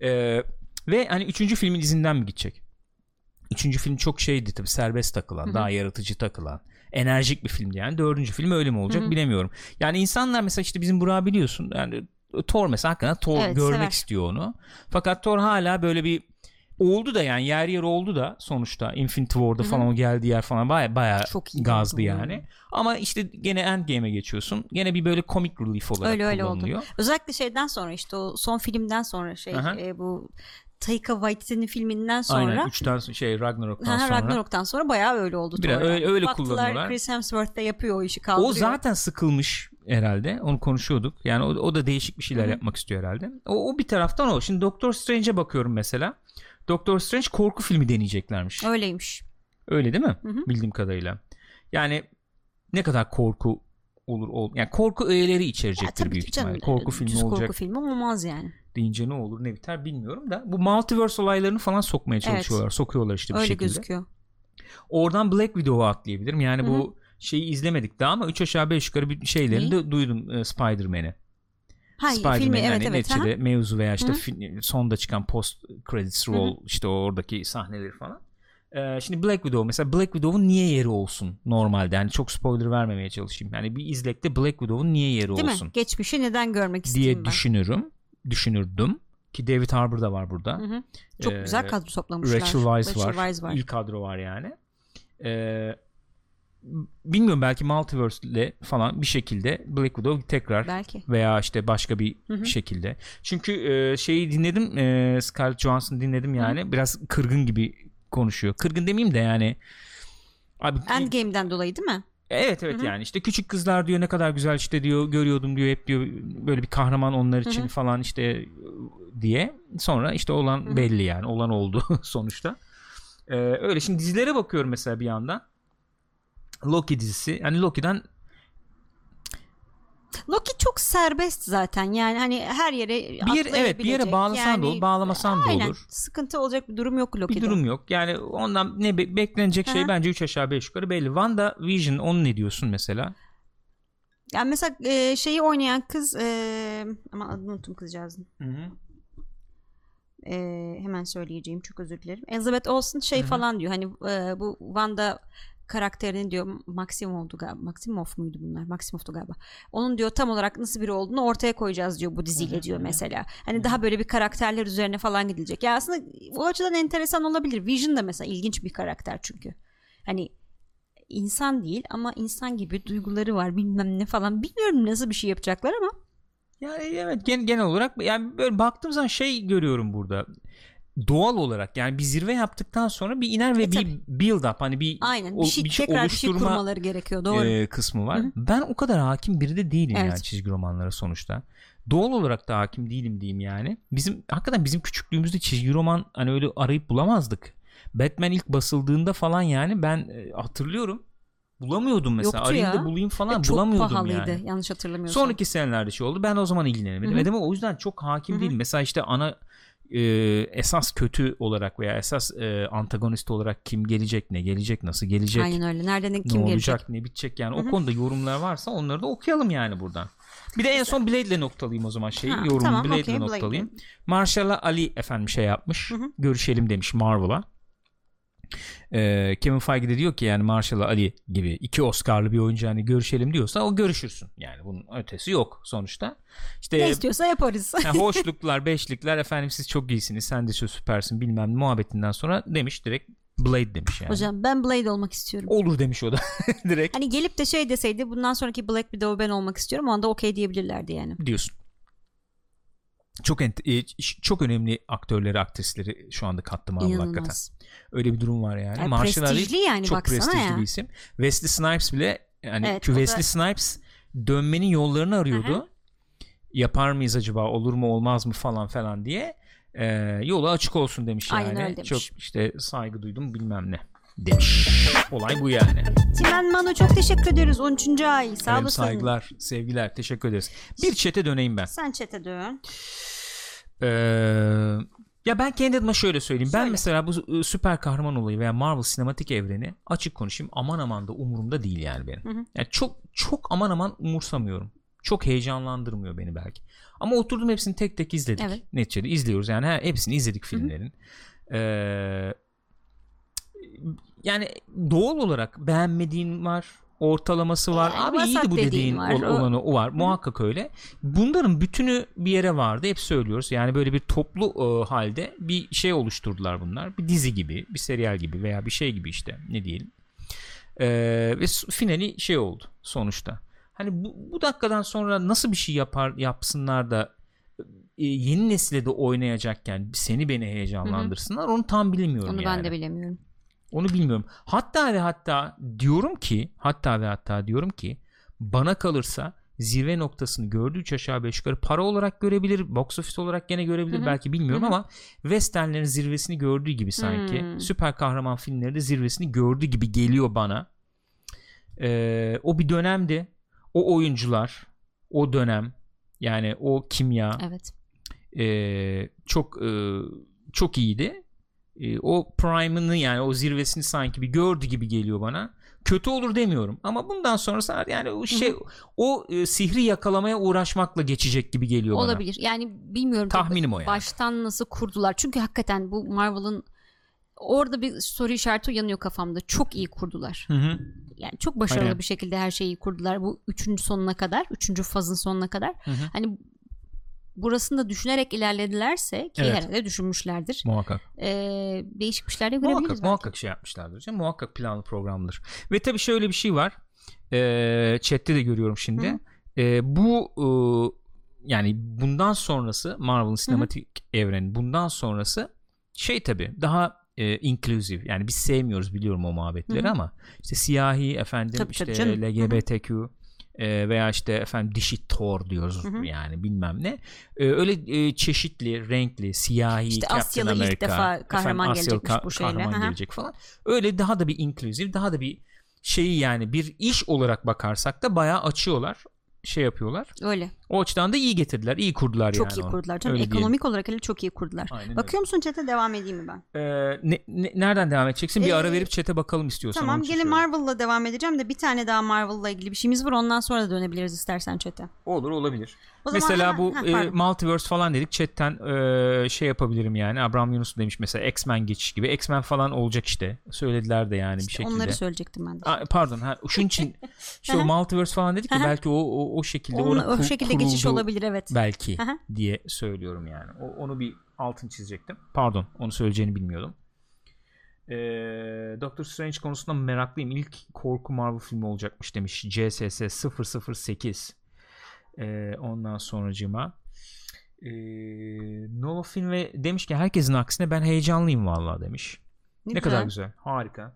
Ve hani 3. filmin izinden mi gidecek? 3. film çok şeydi tabii, serbest takılan, daha yaratıcı takılan, enerjik bir filmdi yani. 4. film öyle mi olacak bilemiyorum. Yani insanlar mesela işte bizim Burak'ı biliyorsun yani Thor mesela hakikaten Thor görmek istiyor onu. Fakat Thor hala böyle bir oldu da yani yer oldu da sonuçta Infinity War'da falan o geldiği yer falan baya gazlı yani. Ama işte gene Endgame'e geçiyorsun. Gene bir böyle comic relief olarak kullanılıyor. Oldu. Özellikle şeyden sonra işte o son filmden sonra bu Taika Waititi'nin filminden sonra. Aynen 3'ten Ragnarok'tan sonra bayağı öyle oldu. Biraz öyle kullanıyorlar. Baktılar Chris Hemsworth da yapıyor o işi, kaldırıyor. O zaten sıkılmış herhalde. Onu konuşuyorduk. Yani o da değişik bir şeyler yapmak istiyor herhalde. O bir taraftan o. Şimdi Doctor Strange'e bakıyorum mesela. Doctor Strange korku filmi deneyeceklermiş. Öyleymiş. Öyle değil mi? Bildiğim kadarıyla. Yani ne kadar korku olur. Yani korku öğeleri içerecektir büyük ihtimalle. Korku filmi olacak. Korku filmi olmaz yani. Deyince ne olur ne biter bilmiyorum da. Bu multiverse olaylarını falan sokmaya çalışıyorlar. Evet. Sokuyorlar işte bir öyle şekilde. Öyle gözüküyor. Oradan Black Widow'u atlayabilirim. Yani bu şeyi izlemedik daha ama 3 aşağı 5 yukarı bir şeylerini de duydum Spider-Man'i. Spider-Man'in hani neticede mevzu veya işte sonda çıkan post credits roll işte oradaki sahneleri falan. Şimdi Black Widow mesela, Black Widow'un niye yeri olsun normalde, yani çok spoiler vermemeye çalışayım. Yani bir izlekte Black Widow'un niye yeri değil olsun? Mi? Geçmişi neden görmek diye düşünürdüm ki David Harbour da var burada. Çok güzel kadro toplamışlar. Rachel Weisz var. İlk kadro var yani. Bilmiyorum, belki Multiverse ile falan bir şekilde Black Widow tekrar belki. Veya işte başka bir şekilde. Çünkü şeyi dinledim, Scarlett Johansson dinledim yani. Biraz kırgın gibi konuşuyor. Kırgın demeyeyim de yani. Abi, Endgame'den dolayı değil mi? Evet yani işte küçük kızlar diyor ne kadar güzel işte diyor, görüyordum diyor, hep diyor böyle bir kahraman onlar için falan işte diye. Sonra işte olan belli yani, olan oldu sonuçta. Öyle şimdi dizilere bakıyorum mesela bir yandan. Loki dizisi, yani Loki çok serbest zaten yani, hani her yere bir yere bağlasan yani, da olur, bağlamasan da olur. Sıkıntı olacak bir durum yok Loki'de. Bir durum yok yani, ondan ne beklenecek şey bence 3 aşağı 5 yukarı belli. WandaVision, onu ne diyorsun mesela? Yani mesela şeyi oynayan kız ama adını unuttum kızcağızın. Hemen söyleyeceğim, çok özür dilerim. Elizabeth Olsen falan diyor hani bu Wanda karakterinin diyor Maximoff'tu galiba. Onun diyor tam olarak nasıl biri olduğunu ortaya koyacağız diyor bu diziyle diyor mesela. Hani daha böyle bir karakterler üzerine falan gidilecek. Ya aslında o açıdan enteresan olabilir. Vision da mesela ilginç bir karakter çünkü. Hani insan değil ama insan gibi duyguları var, bilmem ne falan. Bilmiyorum nasıl bir şey yapacaklar ama. Yani evet, genel olarak yani böyle baktığım zaman şey görüyorum burada. Doğal olarak yani bir zirve yaptıktan sonra bir iner ve bir build up, hani bir tekrar bir şey kurmaları gerekiyor, doğru. Kısmı var. Ben o kadar hakim biri de değilim yani çizgi romanlara sonuçta. Doğal olarak da hakim değilim diyeyim yani. Hakikaten bizim küçüklüğümüzde çizgi roman hani öyle arayıp bulamazdık. Batman ilk basıldığında falan yani ben hatırlıyorum. Bulamıyordum mesela. Yoktu arayayım ya. da bulayım falan, bulamıyordum yani. Çok pahalıydı yanlış hatırlamıyorsam. Sonraki senelerde şey oldu. Ben o zaman ilgilenemedim. O yüzden çok hakim değilim. Mesela işte esas kötü olarak veya esas antagonist olarak kim gelecek, ne gelecek, nasıl gelecek, aynen öyle, nereden kim ne olacak, gelecek, ne bitecek yani. O konuda yorumlar varsa onları da okuyalım yani buradan. Bir de en son Blade'le noktalayayım o zaman yorumu. Tamam, Blade'le noktalayayım. Marshall Ali efendim şey yapmış, görüşelim demiş Marvel'a. Kevin Feige de diyor ki yani Marshall Ali gibi 2 Oscar'lı bir oyuncu hani görüşelim diyorsa o görüşürsün. Yani bunun ötesi yok sonuçta. İşte ne istiyorsa yaparız. Hoşluklar, beşlikler, efendim siz çok iyisiniz, sen de süpersin bilmem muhabbetinden sonra demiş direkt Blade demiş yani. Hocam ben Blade olmak istiyorum. Olur demiş o da direkt. Hani gelip de şey deseydi bundan sonraki Black Widow ben olmak istiyorum, o anda okey diyebilirlerdi yani. Diyorsun. Çok önemli aktörleri, aktrisleri şu anda kattı Marvel hakikaten. Öyle bir durum var yani. Prestijli yani, çok prestijli ya. bir isim. Wesley Snipes bile yani Wesley Snipes dönmenin yollarını arıyordu. Aha. Yapar mıyız acaba, olur mu olmaz mı falan diye. Yolu açık olsun demiş yani. Aynen öyle demiş. Çok işte saygı duydum bilmem ne demiş. Olay bu yani. Timen Mano çok teşekkür ederiz 13. ay. Sağ olasın. Saygılar, sevgiler, teşekkür ederiz. Bir chat'e döneyim ben. Sen chat'e dön. Ya ben kendi adıma şöyle söyleyeyim. Ben mesela bu süper kahraman olayı veya Marvel sinematik evreni, açık konuşayım, aman da umurumda değil yani benim. Hı hı. Yani çok aman umursamıyorum. Çok heyecanlandırmıyor beni belki. Ama oturdum hepsini tek tek izledik. Evet. Neticede izliyoruz yani, hepsini izledik filmlerin. Yani doğal olarak beğenmediğin var, ortalaması var. Abi iyiydi bu dediğin olanı o var. Muhakkak öyle. Bunların bütünü bir yere vardı. Hep söylüyoruz. Yani böyle bir toplu halde bir şey oluşturdular bunlar. Bir dizi gibi, bir serial gibi veya bir şey gibi işte, ne diyelim. Ve finali şey oldu sonuçta. Hani bu dakikadan sonra nasıl bir şey yapsınlar da yeni nesile de oynayacakken beni heyecanlandırsınlar. Onu tam bilmiyorum onu yani. Ben de bilemiyorum. Onu bilmiyorum. Hatta diyorum ki bana kalırsa zirve noktasını gördü, 3 aşağı 5 yukarı para olarak görebilir, box office olarak gene görebilir, belki bilmiyorum ama westernlerin zirvesini gördüğü gibi sanki süper kahraman filmleri de zirvesini gördüğü gibi geliyor bana. O bir dönemdi. O oyuncular, o dönem, yani o kimya, evet. Çok iyiydi. O prime'ını, yani o zirvesini sanki bir gördü gibi geliyor bana. Kötü olur demiyorum ama bundan sonrası yani o o sihri yakalamaya uğraşmakla geçecek gibi geliyor olabilir. bana. Olabilir. Yani bilmiyorum. Tahminim o yani. Baştan nasıl kurdular? Çünkü hakikaten bu Marvel'ın orada bir soru işareti uyanıyor kafamda. Çok iyi kurdular. Hı. Yani çok başarılı bir şekilde her şeyi kurdular. Bu 3. sonuna kadar, 3. fazın sonuna kadar. Hı. Hani burasını da düşünerek ilerledilerse ki herhalde düşünmüşlerdir. Muhakkak. Değişik bir şeyler de görebiliriz. Muhakkak şey yapmışlardır. Muhakkak planlı programlıdır. Ve tabii şöyle bir şey var. Chat'te de görüyorum şimdi. Yani bundan sonrası Marvel'ın sinematik evreni, bundan sonrası tabii daha inclusive, yani biz sevmiyoruz biliyorum o muhabbetleri ama işte siyahi efendim, işte LGBTQ veya işte efendim dişi Thor diyoruz yani bilmem ne, öyle çeşitli renkli siyahi işte Captain Asyalı America, ilk defa kahraman gelecekmiş bu şeyle, kahraman gelecek falan, öyle daha da bir inclusive, daha da bir şeyi, yani bir iş olarak bakarsak da bayağı açıyorlar, şey yapıyorlar. Öyle. O açıdan da iyi getirdiler, iyi kurdular çok yani. Çok iyi kurdular canım. Ekonomik olarak hele çok iyi kurdular. Aynen bakıyor musun chat'e, devam edeyim mi ben? Nereden devam edeceksin? Bir ara verip chat'e bakalım istiyorsan. Tamam, gelin Marvel'la devam edeceğim de bir tane daha Marvel'la ilgili bir şeyimiz var. Ondan sonra da dönebiliriz istersen chat'e. Olabilir. Mesela bu Multiverse falan dedik. Chat'ten şey yapabilirim yani. Abraham Yunus demiş mesela X-Men geçiş gibi. X-Men falan olacak işte. Söylediler de yani bir şekilde. Onları söyleyecektim ben de. Pardon. Şunun için işte o Multiverse falan dedik ki belki o şekilde o şekilde geçiş olabilir, evet. Belki diye söylüyorum yani. Onu bir altını çizecektim. Pardon. Onu söyleyeceğini bilmiyordum. Doctor Strange konusunda meraklıyım. İlk korku Marvel filmi olacakmış demiş. CSS 008. Ondan sonracığıma Nova film ve demiş ki herkesin aksine ben heyecanlıyım vallahi demiş. Ne kadar güzel. Harika.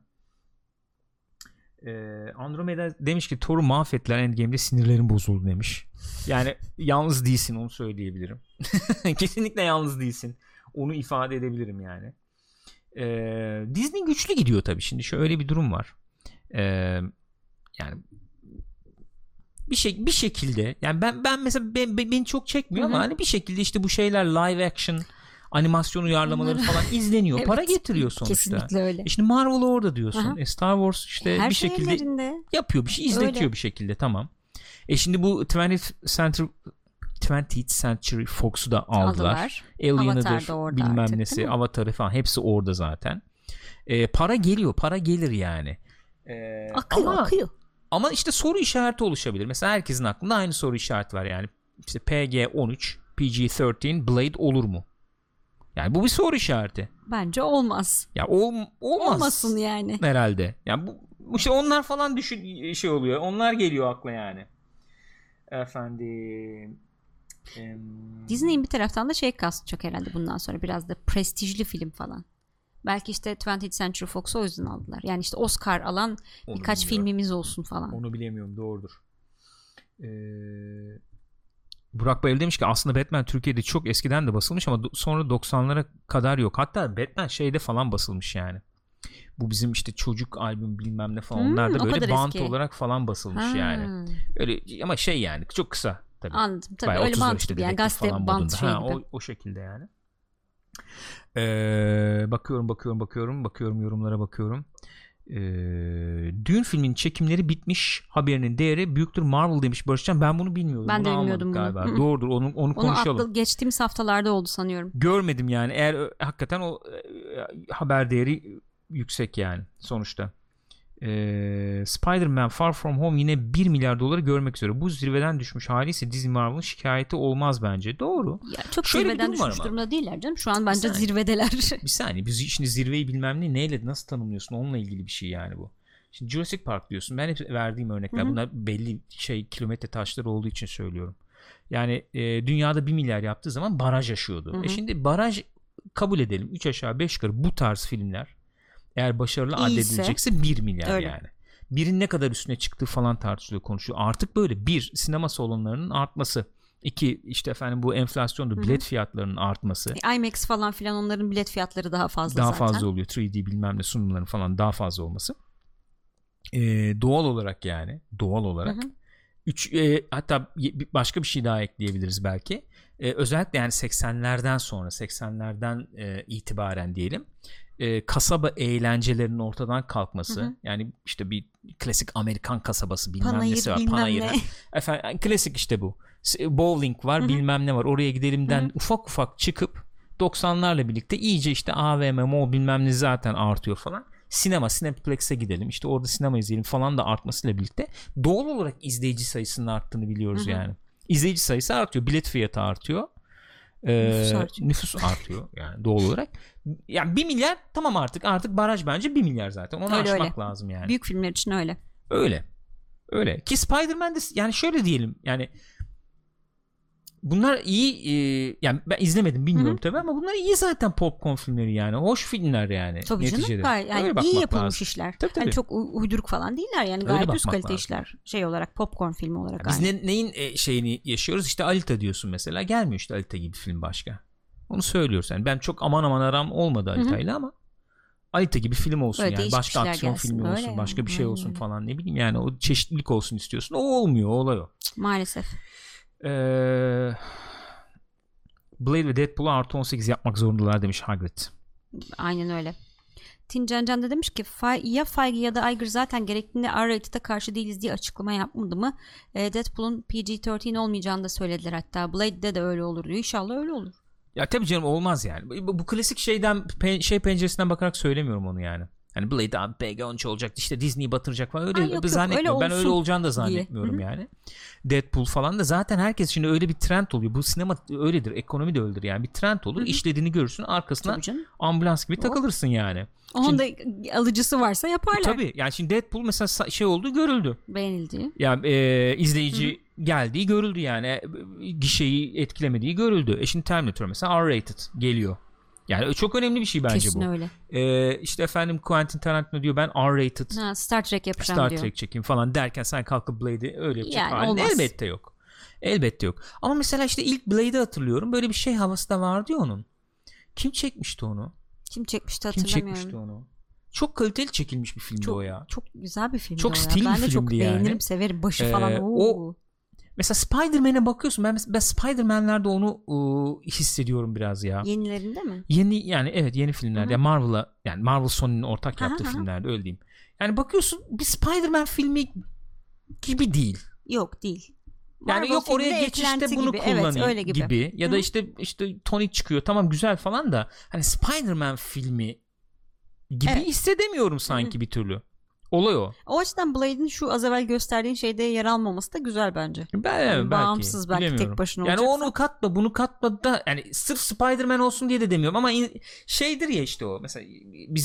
Andromeda demiş ki Thor'u mahvettiler Endgame'de, sinirlerim bozuldu demiş. Yani yalnız değilsin, onu söyleyebilirim. Kesinlikle yalnız değilsin. Onu ifade edebilirim yani. Disney güçlü gidiyor tabii. Şimdi şöyle bir durum var. Yani bir şekilde yani ben mesela beni çok çekmiyor ama hani bir şekilde işte bu şeyler live action animasyon uyarlamaları falan izleniyor. Evet, para getiriyor sonuçta. Kesinlikle öyle. Şimdi Marvel orada diyorsun. Star Wars işte her bir şekilde ellerinde yapıyor, bir şey izletiyor öyle bir şekilde, tamam. Şimdi bu 20th Century Fox'u da aldılar. Alien'ıdır, bilmem nesi, Avatar'ı falan hepsi orada zaten. Para geliyor, para gelir yani. Akıyor. Ama işte soru işareti oluşabilir. Mesela herkesin aklında aynı soru işareti var yani. İşte PG-13, PG-13 Blade olur mu? Yani bu bir soru işareti. Bence olmaz. Ya olmaz. Olmasın yani. Herhalde. Yani bu işte onlar falan şey oluyor. Onlar geliyor akla yani. Efendim. Disney'in bir taraftan da kastı çok herhalde bundan sonra biraz da prestijli film falan. Belki işte 20th Century Fox'u o yüzden aldılar. Yani işte Oscar alan birkaç filmimiz olsun falan. Onu bilemiyorum, doğrudur. Burak Bayıl demiş ki aslında Batman Türkiye'de çok eskiden de basılmış ama sonra 90'lara kadar yok. Hatta Batman şeyde falan basılmış yani. Bu bizim işte çocuk albüm bilmem ne falan, onlar da böyle bant olarak falan basılmış yani. Öyle ama yani çok kısa tabii. Anladım tabii, öyle bant işte gibi yani, gazete bant şey gibi. O şekilde yani. Bakıyorum yorumlara bakıyorum. Dune filminin çekimleri bitmiş, haberinin değeri büyüktür Marvel demiş Barışcan. Ben bunu bilmiyordum. Ben de bilmiyordum galiba. Doğrudur, onu konuşalım. Onu geçtiğimiz haftalarda oldu sanıyorum. Görmedim yani, eğer hakikaten o haber değeri yüksek yani sonuçta. Spider-Man Far From Home yine 1 milyar doları görmek üzere. Bu zirveden düşmüş hali ise Disney Marvel'ın şikayeti olmaz bence. Doğru. Ya çok şöyle zirveden düşmüş durumda değiller canım. Şu an bence zirvedeler. Bir saniye. Biz şimdi zirveyi bilmem ne neyle nasıl tanımlıyorsun? Onunla ilgili bir şey yani bu. Şimdi Jurassic Park diyorsun. Ben hep verdiğim örnekler. Bunlar belli kilometre taşları olduğu için söylüyorum. Yani dünyada 1 milyar yaptığı zaman baraj aşıyordu. Şimdi baraj kabul edelim. 3 aşağı 5 yukarı bu tarz filmler eğer başarılı addedilecekse 1 milyar öyle. Yani. Birin ne kadar üstüne çıktığı falan tartışılıyor, konuşuyor. Artık böyle sinema salonlarının artması. 2 işte efendim bu enflasyonda bilet fiyatlarının artması. IMAX falan filan, onların bilet fiyatları daha fazla daha zaten. Daha fazla oluyor. 3D bilmem ne sunumların falan daha fazla olması. Doğal olarak yani. Doğal olarak. Hatta başka bir şey daha ekleyebiliriz belki. Özellikle yani 80'lerden itibaren diyelim. Kasaba eğlencelerinin ortadan kalkması, yani işte bir klasik Amerikan kasabası bilmem nesi var, Panayır. Efendim klasik işte bu. Bowling var, bilmem ne var. Oraya gidelimden ufak çıkıp 90'larla birlikte iyice işte AVM, bilmem ne zaten artıyor falan. Cineplex'e gidelim. İşte orada sinema izleyelim falan da artmasıyla birlikte doğal olarak izleyici sayısının arttığını biliyoruz yani. İzleyici sayısı artıyor, bilet fiyatı artıyor. Nüfus artıyor yani doğal olarak. Yani 1 milyar tamam, artık baraj bence 1 milyar zaten. Onu aşmak lazım yani. Büyük filmler için öyle. Öyle. Ki Spider-Man'de yani şöyle diyelim yani, bunlar iyi yani ben izlemedim bilmiyorum tabii ama bunlar iyi zaten popcorn filmleri yani. Hoş filmler yani. Tabii neticede. Canım yani iyi yapılmış lazım. İşler. Tabii. Yani çok uyduruk falan değiller yani, gayet üst kalite işler olarak, popcorn filmi olarak. Biz neyin şeyini yaşıyoruz işte, Alita diyorsun mesela, gelmiyor işte Alita gibi film başka. Onu söylüyoruz yani, ben çok aman aram olmadı Alita'yla ama Alita gibi film olsun öyle yani, başka aksiyon filmi olsun, yani. Başka bir şey olsun öyle. Falan, ne bileyim yani, o çeşitlilik olsun istiyorsun, o olmuyor, olay o. Maalesef. Blade ve Deadpool'u +18 yapmak zorundalar demiş Hagrid. Aynen öyle. Tincan da demiş ki ya Feige ya da Iger zaten gerektiğinde R-Rated'a karşı değiliz diye açıklama yapmadı mı? Deadpool'un PG-13 olmayacağını da söylediler hatta. Blade'de de öyle olur diyor. İnşallah öyle olur. Ya tabii canım, olmaz yani. Bu klasik penceresinden bakarak söylemiyorum onu yani. Hani Blade abi PG-13 olacaktı işte, Disney batıracak falan, öyle zannetmiyorum. Ben öyle olacağını da zannetmiyorum yani. Deadpool falan da zaten herkes şimdi öyle bir trend oluyor. Bu sinema öyledir, ekonomi de öyledir yani. Bir trend olur, işlediğini görürsün, arkasına ambulans gibi takılırsın yani. Onun da alıcısı varsa yaparlar. Tabii yani şimdi Deadpool mesela olduğu görüldü. Beğenildi. Yani izleyici geldiği görüldü yani. Gişeyi etkilemediği görüldü. Şimdi Terminator mesela R-rated geliyor. Yani çok önemli bir şey bence. Kesin bu. Öyle. İşte efendim Quentin Tarantino diyor ben R-rated Star Trek yapacağım diyor. Star Trek çekeyim falan derken sen kalkıp Blade'i öyle yapacak yani halinde elbette yok. Ama mesela işte ilk Blade'i hatırlıyorum. Böyle bir şey havası da vardı ya onun. Kim çekmişti onu? Kim çekmişti hatırlamıyorum. Kim çekmişti onu? Çok kaliteli çekilmiş bir filmdi o ya. Çok güzel bir filmdi çok o ya. Çok stil bir filmdi yani. Ben de çok beğenirim, severim. Başı falan. O mesela Spider-Man'e bakıyorsun. Ben Spider-Man'lerde onu hissediyorum biraz ya. Yenilerinde mi? Yeni filmlerde. Marvel'a, yani Marvel Sony'nin ortak yaptığı filmlerde, öyle diyeyim. Yani bakıyorsun bir Spider-Man filmi gibi değil. Yok değil. Yani Marvel yok oraya geçişte bunu gibi. Kullanıyor öyle gibi. Ya da işte Tony çıkıyor. Tamam güzel falan da hani Spider-Man filmi gibi hissedemiyorum sanki bir türlü. Olay o. O açıdan Blade'in şu az evvel gösterdiğin şeyde yer almaması da güzel bence. Belki, bağımsız belki tek başına olacaksa. Yani onu katma bunu katma da, yani sırf Spider-Man olsun diye de demiyorum ama şeydir ya işte o mesela bizim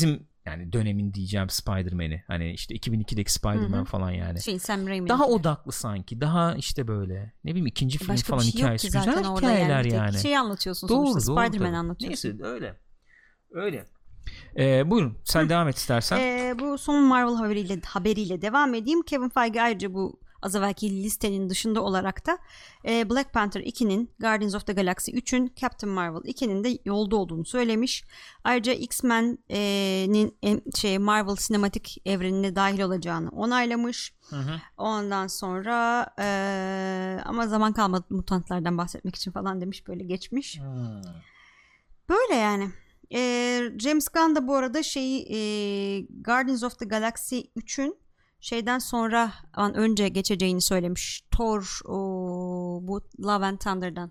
Yani dönemin diyeceğim Spider-Man'i. Hani işte 2002'deki Spider-Man falan yani. Sam Raimi. Daha odaklı sanki. Daha işte böyle ne bileyim ikinci film başka falan bir şey hikayesi. Güzel hikayeler yani. Bir şey anlatıyorsun doğru, sonuçta. Doğru, Spider-Man anlatıyorsun. Neyse öyle. Buyurun sen devam et istersen. Bu son Marvel haberiyle devam edeyim. Kevin Feige ayrıca bu az evvelki listenin dışında olarak da Black Panther 2'nin, Guardians of the Galaxy 3'ün, Captain Marvel 2'nin de yolda olduğunu söylemiş. Ayrıca X-Men'in Marvel sinematik evrenine dahil olacağını onaylamış. Ondan sonra ama zaman kalmadı mutantlardan bahsetmek için falan demiş, böyle geçmiş. Böyle yani. James Gunn da bu arada Guardians of the Galaxy 3'ün şeyden sonra önce geçeceğini söylemiş. Thor bu Love and Thunder'dan.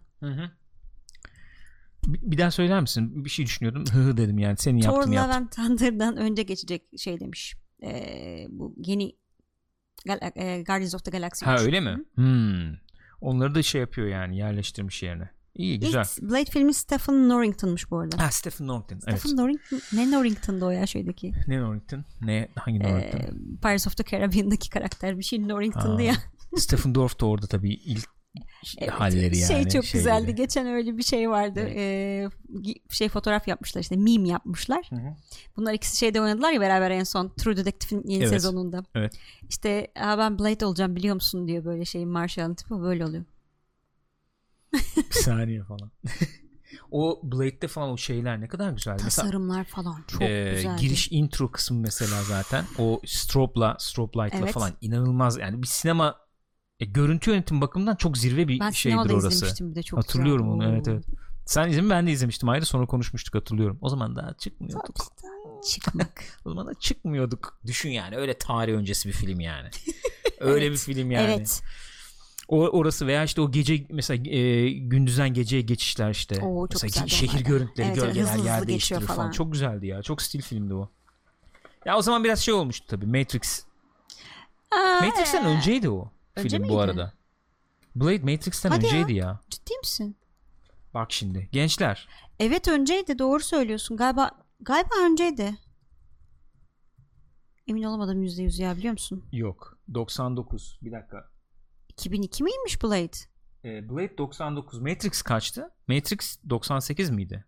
Bir daha söyler misin? Bir şey düşünüyordum. Dedim yani senin Thor yaptığını Love and Thunder'dan önce geçecek demiş. Bu yeni Guardians of the Galaxy 3. Ha öyle mi? Onları da yapıyor yani, yerleştirmiş yerine. İyi, güzel. İlk Blade filmi Stephen Norrington'muş bu arada. Stephen Norrington. Stephen Norrington. Ne Norrington'da o ya şeydeki? Ne Norrington? Hangi Norrington? Pirates of the Caribbean'daki karakter bir şey Norrington'dı ya. Stephen Dorff da orada tabii ilk halleri yani. Çok güzeldi. Geçen öyle bir şey vardı. Evet. Fotoğraf yapmışlar işte. Meme yapmışlar. Bunlar ikisi şeyde oynadılar ya beraber en son True Detective'in yeni sezonunda. Evet. İşte ben Blade olacağım biliyor musun diyor böyle Marshall'ın tipi, böyle oluyor. Bir saniye falan. O Blade'de falan o şeyler ne kadar güzel. Tasarımlar mesela, falan çok güzel. Giriş intro kısmı mesela zaten o strobe light'la falan inanılmaz yani, bir sinema görüntü yönetim bakımından çok zirve bir şeydir orası. Ben sinemada izlemiştim bir de, çok hatırlıyorum güzel. Onu evet. Sen izledin, ben de izlemiştim ayrı, sonra konuşmuştuk, hatırlıyorum. O zaman daha çıkmıyorduk. O zaman da çıkmıyorduk. Düşün yani, öyle tarih öncesi bir film yani. Öyle bir film yani. Evet. Orası veya işte o gece mesela gündüzden geceye geçişler işte. Mesela şehir görüntüleri, gölgeler yer değiştirir falan. Çok güzeldi ya. Çok stil filmdi o. Ya o zaman biraz olmuştu tabii. Matrix'ten önceydi o film miydi bu arada. Blade Matrix'ten önceydi ya. Ciddi misin? Bak şimdi gençler. Evet önceydi, doğru söylüyorsun. Galiba önceydi. Emin olamadım %100 ya, biliyor musun? Yok. 99. Bir dakika. 2002 miymiş Blade? Blade 99. Matrix kaçtı? Matrix 98 miydi?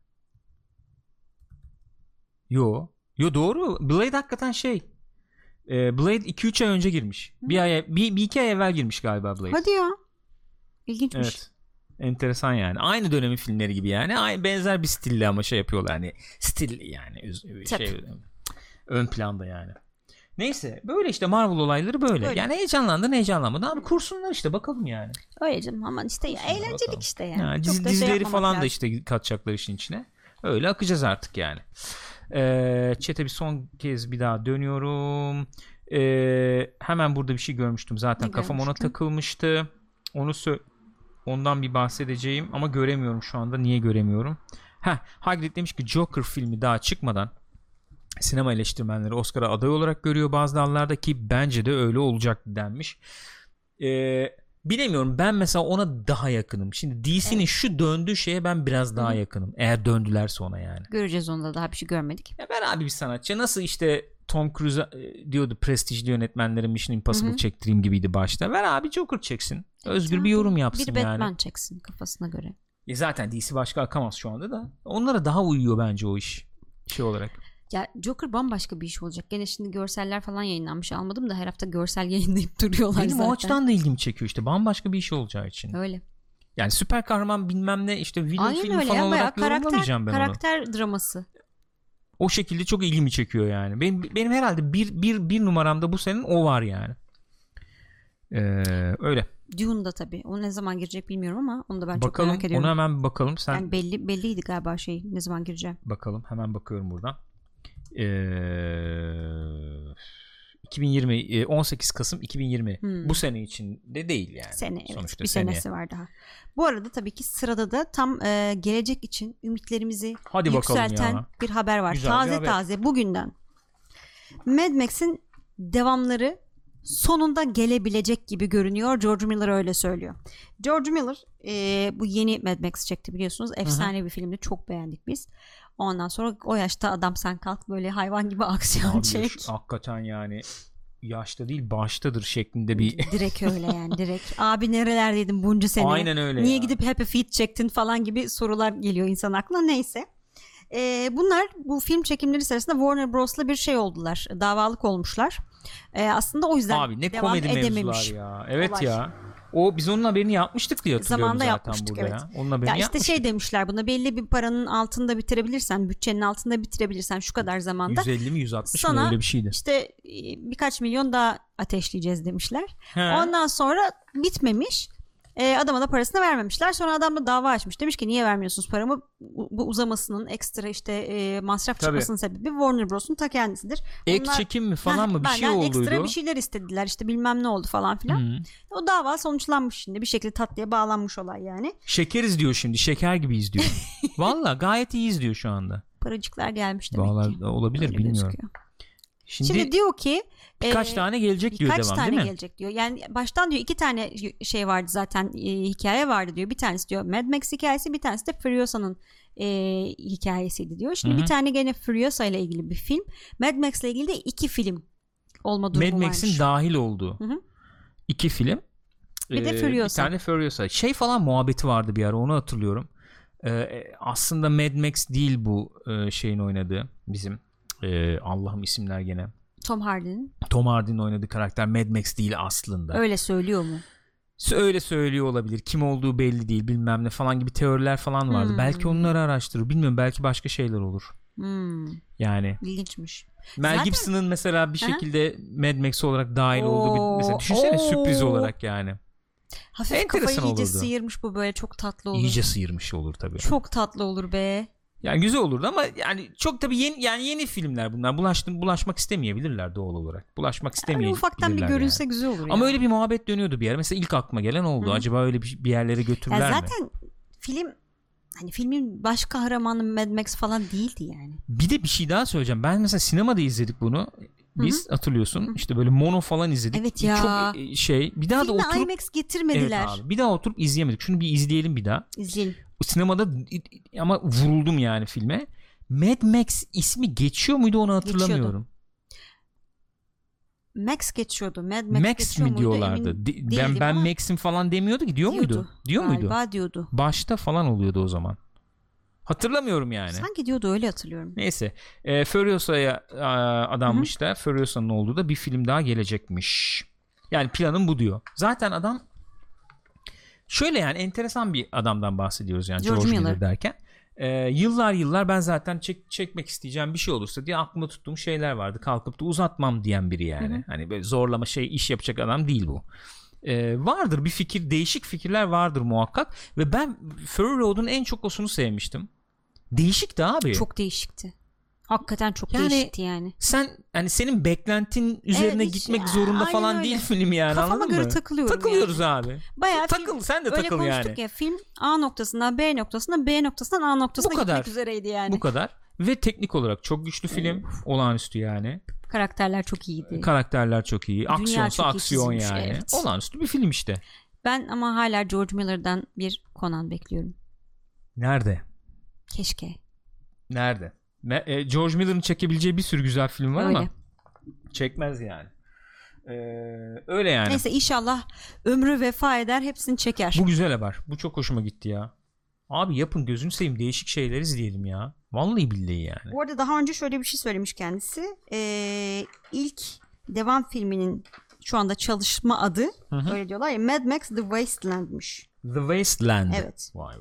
Yo doğru. Blade hakikaten Blade 2-3 ay önce girmiş. Bir iki ay evvel girmiş galiba Blade. Hadi ya. İlginçmiş. Evet. Enteresan yani. Aynı dönemin filmleri gibi yani. Benzer bir stille ama yapıyorlar yani. Stil yani. Ön planda yani. Neyse böyle işte Marvel olayları böyle. Yani heyecanlanmadın abi, kursunlar işte, bakalım yani. Öyle canım, aman işte eğlencelik bakalım. İşte yani. Yani dizileri falan da işte katacaklar işin içine. Öyle akacağız artık yani. Chat'e bir son kez bir daha dönüyorum. Hemen burada bir şey görmüştüm zaten, kafam ona takılmıştı. Ondan bir bahsedeceğim ama göremiyorum şu anda. Niye göremiyorum? Hagrid demiş ki Joker filmi daha çıkmadan sinema eleştirmenleri Oscar'a aday olarak görüyor bazı dallarda, ki bence de öyle olacak denmiş. Bilemiyorum, ben mesela ona daha yakınım. Şimdi DC'nin şu döndüğü şeye ben biraz daha yakınım. Eğer döndülerse ona yani. Göreceğiz, onda daha bir şey görmedik. Ya ver abi bir sanatçı. Nasıl işte Tom Cruise diyordu prestijli yönetmenlerin Mission Impossible çektireyim gibiydi başta. Ver abi Joker çeksin. Özgür bir yorum yapsın yani. Bir Batman çeksin kafasına göre. Zaten DC başka akamaz şu anda da. Onlara daha uyuyor bence o iş. Olarak. Ya Joker bambaşka bir iş olacak. Gene şimdi görseller falan yayınlanmış. Almadım da her hafta görsel yayınlayıp duruyorlar benim zaten. Benim o açıdan da ilgimi çekiyor işte. Bambaşka bir iş olacağı için. Öyle. Yani süper kahraman bilmem ne işte villain film falan olarak yorumlamayacağım ben onu. Karakter draması. O şekilde çok ilgimi çekiyor yani. Benim herhalde bir numaramda bu senin o var yani. Öyle. Dune'da tabii. O ne zaman girecek bilmiyorum ama onu da ben çok merak ediyorum. Ona hemen bakalım. Sen... Yani belliydi galiba ne zaman gireceğim. Bakalım, hemen bakıyorum buradan. 2020 18 Kasım 2020 bu sene için de değil yani. Sonuçta bir senesi var daha. Bu arada tabii ki sırada da tam gelecek için ümitlerimizi yükselten bir haber var. Güzel taze bugünden. Mad Max'in devamları sonunda gelebilecek gibi görünüyor. George Miller öyle söylüyor. George Miller bu yeni Mad Max çekti biliyorsunuz. Efsane bir filmdi. Çok beğendik biz. Ondan sonra o yaşta adam sen kalk böyle hayvan gibi aksiyon abi, çek. Hakikaten yani yaşta değil baştadır şeklinde bir. Direkt öyle yani direkt. Abi nerelerdeydin bunca sene? Aynen öyle. Niye ya. gidip Happy Feet çektin falan gibi sorular geliyor insan aklına. Neyse. Bunlar bu film çekimleri sırasında Warner Bros'la bir şey oldular. Davalık olmuşlar. Aslında o yüzden abi ne devam komedi edememiş. mevzular ya. Evet olay. ya. O biz onun haberini yapmıştık diye hatırlıyorum Zamanda zaten yapmıştık, burada evet. ya. Onun haberini Ya işte yapmıştık. şey demişler buna, belli bir paranın altında bitirebilirsen, bütçenin altında bitirebilirsen şu kadar zamanda 150 mi 160 sana mı öyle bir şeydi. işte birkaç milyon daha ateşleyeceğiz demişler. He. Ondan sonra bitmemiş. Adama da parasını vermemişler. Sonra adam da dava açmış. Demiş ki niye vermiyorsunuz paramı? Bu uzamasının ekstra işte masraf çıkmasının sebebi Warner Bros'un ta kendisidir. Ek çekim mi falan mı bir şey benden olduydu. ekstra bir şeyler istediler. İşte bilmem ne oldu falan filan. O dava sonuçlanmış şimdi. Bir şekilde tatlıya bağlanmış olay yani. Şekeriz diyor şimdi. Şeker gibi izliyor. Valla gayet iyi izliyor şu anda. Paracıklar gelmiş demek Vallahi ki. olabilir Öyle bilmiyorum. gözüküyor. Şimdi diyor ki birkaç tane gelecek diyor birkaç devam tane değil mi? gelecek diyor. Yani baştan diyor 2 tane şey vardı zaten, hikaye vardı diyor. Bir tanesi diyor Mad Max hikayesi, bir tanesi de Furiosa'nın hikayesiydi diyor. Şimdi bir tane gene Furiosa ile ilgili bir film. Mad Max ile ilgili de 2 film olma durumu Mad Max'in varmış. dahil olduğu 2 film. Bir de Furiosa. Bir tane Furiosa. Şey falan muhabbeti vardı bir ara, onu hatırlıyorum. Aslında Mad Max değil bu şeyin oynadığı bizim Allah'ım isimler gene. Tom Hardy'nin oynadığı karakter Mad Max değil aslında. Öyle söylüyor mu? Öyle söylüyor olabilir. Kim olduğu belli değil bilmem ne falan gibi teoriler falan vardı. Belki onları araştırır. Bilmiyorum, belki başka şeyler olur. Yani. İlginçmiş. Mel Gibson'ın mesela bir şekilde Mad Max olarak dahil olduğu bir mesela düşünsene sürpriz olarak yani. Hafif enteresan kafayı iyice olurdu. sıyırmış bu, böyle çok tatlı olur. İyice sıyırmış olur tabii. Çok tatlı olur be. Yani güzel olurdu ama yani çok tabii yeni filmler bunlar. Bulaşmak istemeyebilirler doğal olarak. Bulaşmak istemeyebilirler. Ufaktan bir görünse güzel olur. Ama öyle bir muhabbet dönüyordu bir yer. Mesela ilk aklıma gelen oldu. Acaba öyle bir yerlere götürürler mi? Zaten film, hani filmin baş kahramanı Mad Max falan değildi yani. Bir de bir şey daha söyleyeceğim. Ben mesela sinemada izledik bunu. Biz hatırlıyorsun işte böyle mono falan izledik. Evet ya. Çok bir daha filme da oturup IMAX getirmediler. Evet abi. Bir daha oturup izleyemedik. Şunu bir izleyelim bir daha. İzleyelim. Sinemada ama vuruldum yani filme. Mad Max ismi geçiyor muydu onu hatırlamıyorum. Max geçiyordu. Mad Max mi diyorlardı? Ben Max'im falan demiyordu ki. Diyor muydu? Galiba diyordu. Başta falan oluyordu o zaman. Hatırlamıyorum yani. Sanki diyordu, öyle hatırlıyorum. Neyse. Furiosa'ya adanmış da Furiosa'nın olduğu da bir film daha gelecekmiş. Yani planım bu diyor. Zaten adam şöyle, yani enteresan bir adamdan bahsediyoruz yani George Miller derken. Yıllar ben zaten çekmek isteyeceğim bir şey olursa diye aklımda tuttuğum şeyler vardı. Kalkıp da uzatmam diyen biri yani. Hani böyle zorlama iş yapacak adam değil bu. Vardır bir fikir, değişik fikirler vardır muhakkak. Ve ben Fury Road'un en çok osunu sevmiştim. Değişikti abi. Çok değişikti. Hakikaten çok değişikti yani. Sen hani senin beklentin üzerine gitmek zorunda falan öyle. Değil film yani. Kafama göre takılıyoruz yani. Abi. Bayağı takıl sen de takıl yani. Öyle konuştuk ya, film A noktasından B noktasına, B noktasından A noktasına gitmek üzereydi yani. Bu kadar. Ve teknik olarak çok güçlü film. Olağanüstü yani. Karakterler çok iyiydi. Karakterler çok iyi. Aksiyonsa aksiyon yani. Evet. Olağanüstü bir film işte. Ben ama hala George Miller'dan bir Conan bekliyorum. Nerede? Keşke. Nerede? George Miller'ın çekebileceği bir sürü güzel film var ama çekmez yani. Öyle yani. Neyse, inşallah ömrü vefa eder, hepsini çeker. Bu güzel haber. Bu çok hoşuma gitti ya. Abi yapın, gözünü seveyim, değişik şeyler izleyelim ya. Vallahi billahi yani. Bu arada daha önce şöyle bir şey söylemiş kendisi. İlk devam filminin şu anda çalışma adı, öyle diyorlar ya, Mad Max The Wasteland'mış. The Wasteland. Evet. Vay.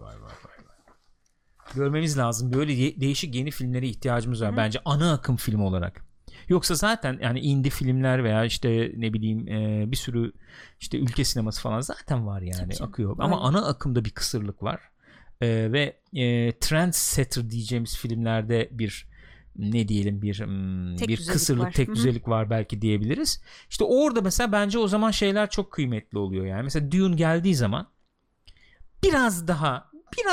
Görmemiz lazım. Böyle değişik yeni filmlere ihtiyacımız var bence, ana akım film olarak. Yoksa zaten yani indie filmler veya işte ne bileyim bir sürü işte ülke sineması falan zaten var yani, akıyor. Ama ana akımda bir kısırlık var. Ve trendsetter diyeceğimiz filmlerde bir ne diyelim bir kısırlık var. Tek düzelik var belki diyebiliriz. İşte orada mesela bence o zaman şeyler çok kıymetli oluyor yani. Mesela Dune geldiği zaman biraz daha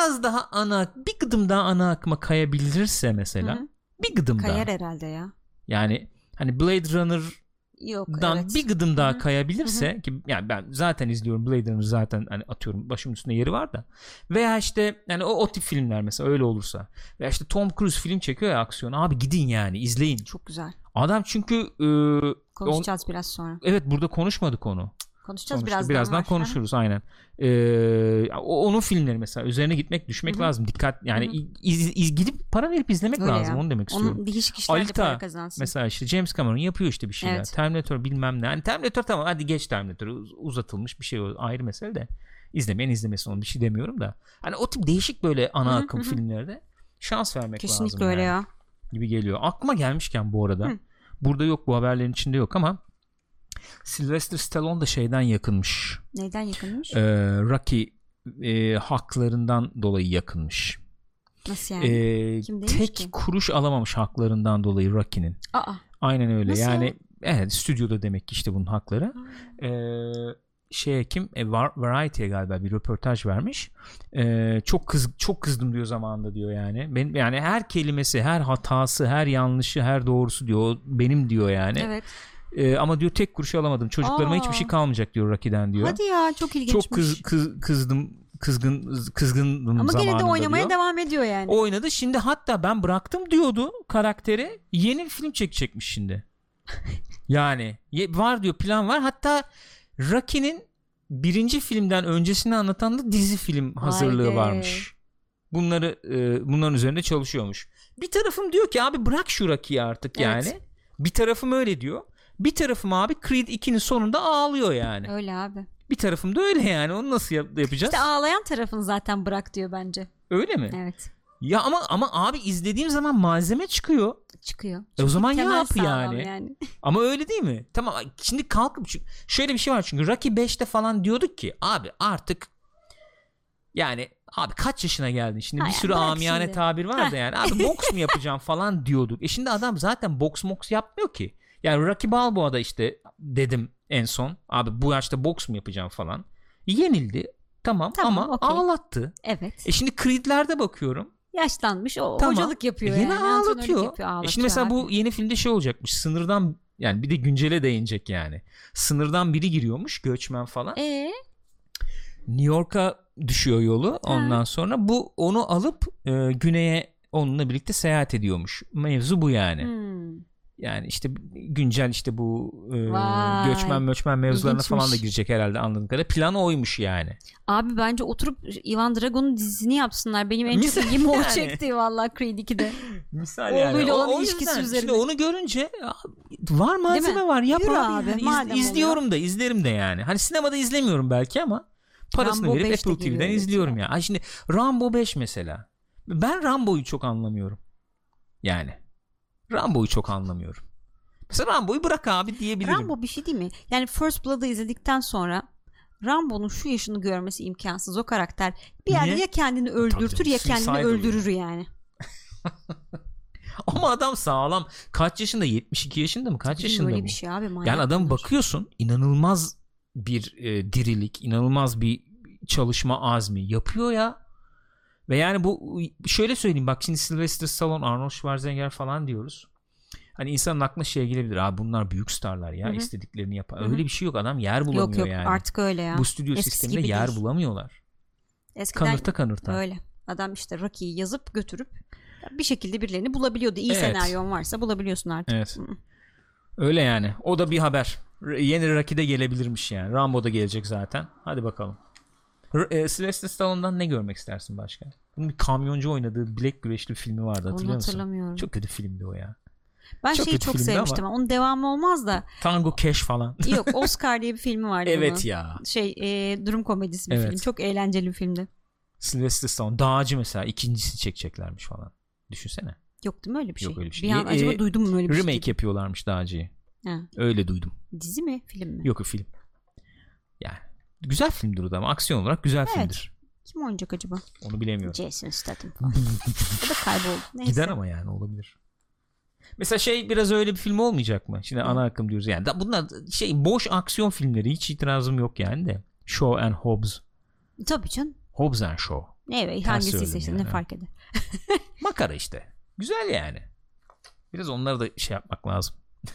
bir gıdım daha ana akıma kayabilirse mesela, bir gıdım kayar daha. Herhalde ya. Yani hani Blade Runner bir gıdım daha kayabilirse ki yani ben zaten izliyorum Blade Runner, zaten hani atıyorum başımın üstünde yeri var da, veya işte yani o tip filmler mesela öyle olursa, veya işte Tom Cruise film çekiyor ya, aksiyon, abi gidin yani izleyin. Çok güzel. Adam çünkü konuşacağız biraz sonra. Evet, burada konuşmadık onu. Konuşacağız birazdan konuşuruz aynen. Onun filmleri mesela üzerine gitmek, düşmek lazım. Dikkat yani, gidip para verip izlemek öyle lazım ya. Onu demek istiyorum. Onun değişik işlerde para kazansın. Mesela işte James Cameron yapıyor işte bir şeyler. Evet. Terminator bilmem ne. Yani Terminator tamam, hadi geç Terminator, uzatılmış bir şey, ayrı mesele de. İzlemeyen izlemesin, onu bir şey demiyorum da. Hani o tip değişik böyle ana akım filmlerde şans vermek kesinlikle lazım. Kesinlikle öyle yani. ya. Gibi geliyor. Aklıma gelmişken bu arada. Burada yok, bu haberlerin içinde yok ama Sylvester Stallone da şeyden yakınmış. Neyden yakınmış? Rocky haklarından dolayı yakınmış. Nasıl yani? Tek ki? Kuruş alamamış haklarından dolayı Rocky'nin. Aynen öyle. Nasıl yani evet, stüdyoda demek ki işte bunun hakları. Variety'ye galiba bir röportaj vermiş. Çok kızdım diyor zamanında diyor yani. Ben yani her kelimesi, her hatası, her yanlışı, her doğrusu diyor benim diyor yani. Evet. Ama diyor tek kuruş alamadım. Çocuklarıma hiçbir şey kalmayacak diyor Rocky'den diyor. Hadi ya, çok ilginçmiş. Çok kızgındım ama zamanında. Ama gene de oynamaya devam ediyor yani. Oynadı. Şimdi hatta ben bıraktım diyordu karakteri. Yeni bir film çekecekmiş şimdi. Yani var diyor, plan var. Hatta Rocky'nin birinci filmden öncesini anlatan da dizi film hazırlığı varmış. Bunların üzerinde çalışıyormuş. Bir tarafım diyor ki abi bırak şu Rocky'yi artık yani. Evet. Bir tarafım öyle diyor. Bir tarafım abi Creed 2'nin sonunda ağlıyor yani. Öyle abi. Bir tarafım da öyle yani. Onu nasıl yapacağız? İşte ağlayan tarafın zaten bırak diyor bence. Öyle mi? Evet. Ya ama abi izlediğim zaman malzeme çıkıyor. O zaman yap yani. Ama öyle değil mi? Tamam, şimdi kalkıp şöyle bir şey var, çünkü Rocky 5'te falan diyorduk ki abi artık yani abi kaç yaşına geldin şimdi, bir sürü amiyane şimdi tabir var da yani abi boks mu yapacağım falan diyorduk. Şimdi adam zaten boks yapmıyor ki. Yani Rocky Balboa'da işte dedim en son abi bu yaşta boks mu yapacağım falan. Yenildi. Tamam ama okay, ağlattı. Evet. Şimdi Creed'lerde bakıyorum. Yaşlanmış, hocalık yapıyor yine yani. Ağlatıyor. Şimdi mesela bu yeni filmde şey olacakmış. Sınırdan, yani bir de güncele değinecek yani. Sınırdan biri giriyormuş, göçmen falan. New York'a düşüyor yolu. Ondan sonra bu onu alıp güneye onunla birlikte seyahat ediyormuş. Mevzu bu yani. Yani işte güncel işte bu göçmen mevzularına falan da girecek herhalde, anladığım kadarıyla. Planı oymuş yani. Abi bence oturup Ivan Drago'nun dizisini yapsınlar. Benim en çok ilgimi o çekti vallahi Creed 2'de. Misal yani. Oğluyla olan ilişkisi üzerine. Şimdi onu görünce var, malzeme var. Yap abi. Yani. İzliyorum da, izlerim de yani. Hani sinemada izlemiyorum belki ama parasını Rambo verip Apple TV'den izliyorum ya. Şimdi Rambo 5 mesela. Ben Rambo'yu çok anlamıyorum. Yani Rambo'yu çok anlamıyorum. Mesela Rambo'yu bırak abi diyebilirim. Rambo bir şey değil mi? Yani First Blood'ı izledikten sonra Rambo'nun şu yaşını görmesi imkansız. O karakter bir yerde ya kendini öldürtür ya kendini öldürür yani. Ama adam sağlam. Kaç yaşında? 72 yaşında mı? Kaç yaşında öyle bu? Bir şey abi, yani adam bakıyorsun, inanılmaz bir dirilik, inanılmaz bir çalışma azmi yapıyor ya. Ve yani bu, şöyle söyleyeyim bak, şimdi Sylvester Stallone, Arnold Schwarzenegger falan diyoruz. Hani insanın aklına şey gelebilir. Abi bunlar büyük starlar ya. Hı-hı. İstediklerini yapar. Hı-hı. Öyle bir şey yok. Adam yer bulamıyor yok, yani. Artık öyle ya. Bu stüdyo sisteminde yer değil. Bulamıyorlar. Eskiden kanırta. Öyle. Adam işte Rocky'yi yazıp götürüp bir şekilde birilerini bulabiliyordu. İyi senaryon varsa bulabiliyorsun artık. Evet. Öyle yani. O da bir haber. Yeni Rocky'de gelebilirmiş yani. Rambo da gelecek zaten. Hadi bakalım. Sylvester Stallone'dan ne görmek istersin başka? Bunun bir kamyoncu oynadığı bilek güreşli bir filmi vardı, hatırlıyor musun? Hatırlamıyorum. Çok kötü filmdi o ya. Ben şeyi çok sevmiştim ama onun devamı olmaz da. Tango Cash falan. Yok, Oscar diye bir filmi vardı. Evet bunun. Ya. Durum komedisi bir film. Çok eğlenceli bir filmdi. Sylvester Stallone. Dağcı mesela. İkincisini çekeceklermiş falan. Düşünsene. Yok değil mi öyle bir şey? Yok öyle bir şey. Bir an acaba duydum mu öyle bir remake şey? Remake yapıyorlarmış Dağcı'yı. Öyle duydum. Dizi mi? Film mi? Yok, film. Yani güzel filmdir o da ama aksiyon olarak güzel filmdir. Kim oynayacak acaba? Onu bilemiyorum. Jason Statham falan. O da kayboldu. Neyse. Gider ama yani olabilir. Mesela biraz öyle bir film olmayacak mı? Şimdi ana akım diyoruz yani. Bunlar boş aksiyon filmleri, hiç itirazım yok yani de. Shaw and Hobbs. Tabii canım. Hobbs and Shaw. Evet, hangisi ise yani. Ne fark eder. Makara işte. Güzel yani. Biraz onları da yapmak lazım.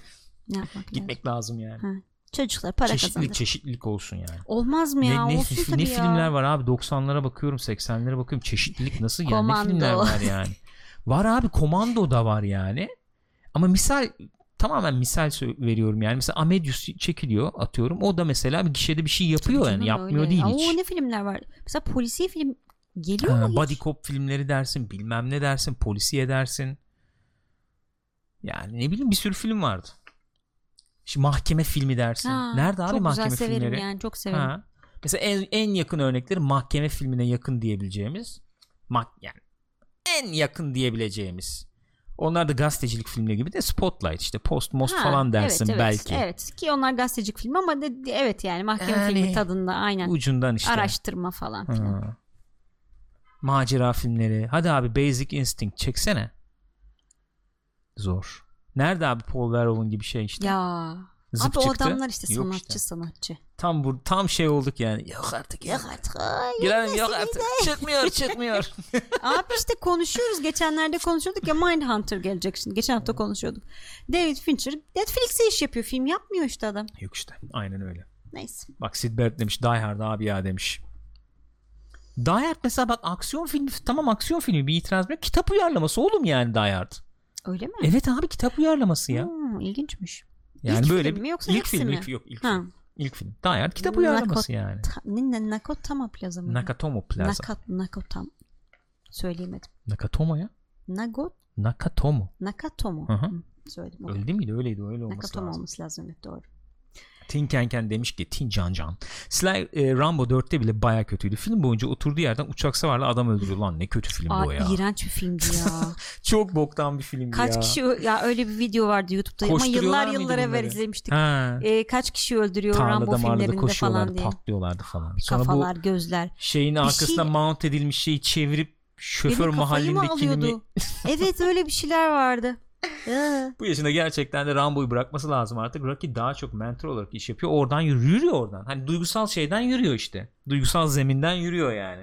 Ne yapmak Gitmek lazım yani. Ha. Çocuklar para kazanır. Çeşitlilik olsun yani. Olmaz mı ya? Olsun tabii ne filmler var abi, 90'lara bakıyorum, 80'lere bakıyorum, çeşitlilik nasıl yani? Komando. Ne filmler var yani? Var abi, Komando da var yani. Ama tamamen misal veriyorum yani. Mesela Amadeus çekiliyor, atıyorum. O da mesela bir gişede bir şey yapıyor yani. Yapmıyor öyle. değil hiç. O ne filmler var? Mesela polisiye film geliyor mu hiç? Body cop filmleri dersin, bilmem ne dersin, polisiye dersin. Yani ne bileyim, bir sürü film vardı. Şimdi mahkeme filmi dersin. Nerede abi mahkeme filmleri? Çok güzel, severim yani, çok severim. Mesela en yakın örnekleri mahkeme filmine yakın diyebileceğimiz, yani en yakın diyebileceğimiz. Onlar da gazetecilik filmleri gibi de Spotlight, işte Post falan dersin belki. Evet ki onlar gazetecilik filmi ama evet yani mahkeme filmi tadında, aynen. Ucundan işte. Araştırma falan filan. Macera filmleri. Hadi abi Basic Instinct çeksene. Zor. Nerede abi Paul Verhoeven gibi şey işte. Ya. Zıp abi çıktı. O adamlar işte sanatçı. Tam şey olduk yani. Yok artık. Girelim, yok artık. Çıkmıyor. Abi işte konuşuyoruz. Geçenlerde konuşuyorduk ya, Mindhunter gelecek şimdi. Geçen hafta konuşuyorduk. David Fincher Netflix'e iş yapıyor. Film yapmıyor işte adam. Yok işte. Aynen öyle. Neyse. Bak Sid Barrett demiş. Die Hard abi ya demiş. Die Hard mesela bak, aksiyon filmi. Tamam, aksiyon filmi, bir itiraz yok. Kitap uyarlaması oğlum yani Die Hard. Öyle mi? Evet abi, kitap uyarlaması ya. İlginçmiş. Yani İlk böyle film mi yoksa ilk film. İlk film. Die Hard kitap uyarlaması yani. Nakatomo Plaza mı? Nakatomo Plaza. Nakatomo. Söyleyemedim. Nakatomo ya? Nakatomo. Söyledim. Öyle değil miydi? Öyleydi. Öyle olması Nakatomo lazım. olması lazım. Evet, doğru. Tinkenken demiş ki Can. Sly Rambo 4'te bile baya kötüydü. Film boyunca oturduğu yerden uçak savarla adam öldürüyor. Lan ne kötü filmdi o ya. İğrenç bir filmdi ya. Çok boktan bir filmdi Kaç kişi ya, öyle bir video vardı YouTube'da ama yıllar evvel izlemiştik. Kaç kişi öldürüyor Rambo filmlerinde falan diye. Patlıyorlardı falan. Sonra kafalar, gözler. Şeyin arkasına mount edilmiş şeyi çevirip şoför mahallindekini mi? Evet, öyle bir şeyler vardı. Bu yaşında gerçekten de Rambo'yu bırakması lazım artık. Rocky daha çok mentor olarak iş yapıyor. Oradan yürüyor oradan. Hani duygusal şeyden yürüyor işte. Duygusal zeminden yürüyor yani.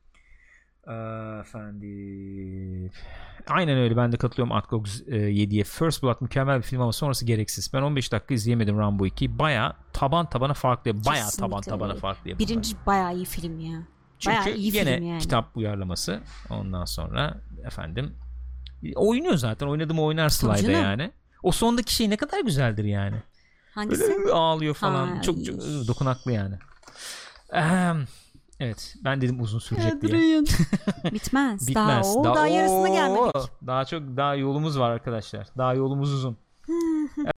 Efendim. Aynen öyle, ben de katılıyorum Atgox 7'ye. First Blood mükemmel bir film ama sonrası gereksiz. Ben 15 dakika izleyemedim Rambo 2'yi. Baya tabana farklı. Baya tabana farklı. Birinci baya iyi film ya. Çünkü iyi yine film yani. Kitap uyarlaması. Ondan sonra efendim oynuyor zaten. Oynadı mı oynar Sly'da yani. O sondaki şey ne kadar güzeldir yani. Hangisi? Böyle ağlıyor falan. Çok dokunaklı yani. Evet. Ben dedim uzun sürecek diye. Bitmez. Daha yarısına gelmedik. Daha yolumuz var arkadaşlar. Daha yolumuz uzun.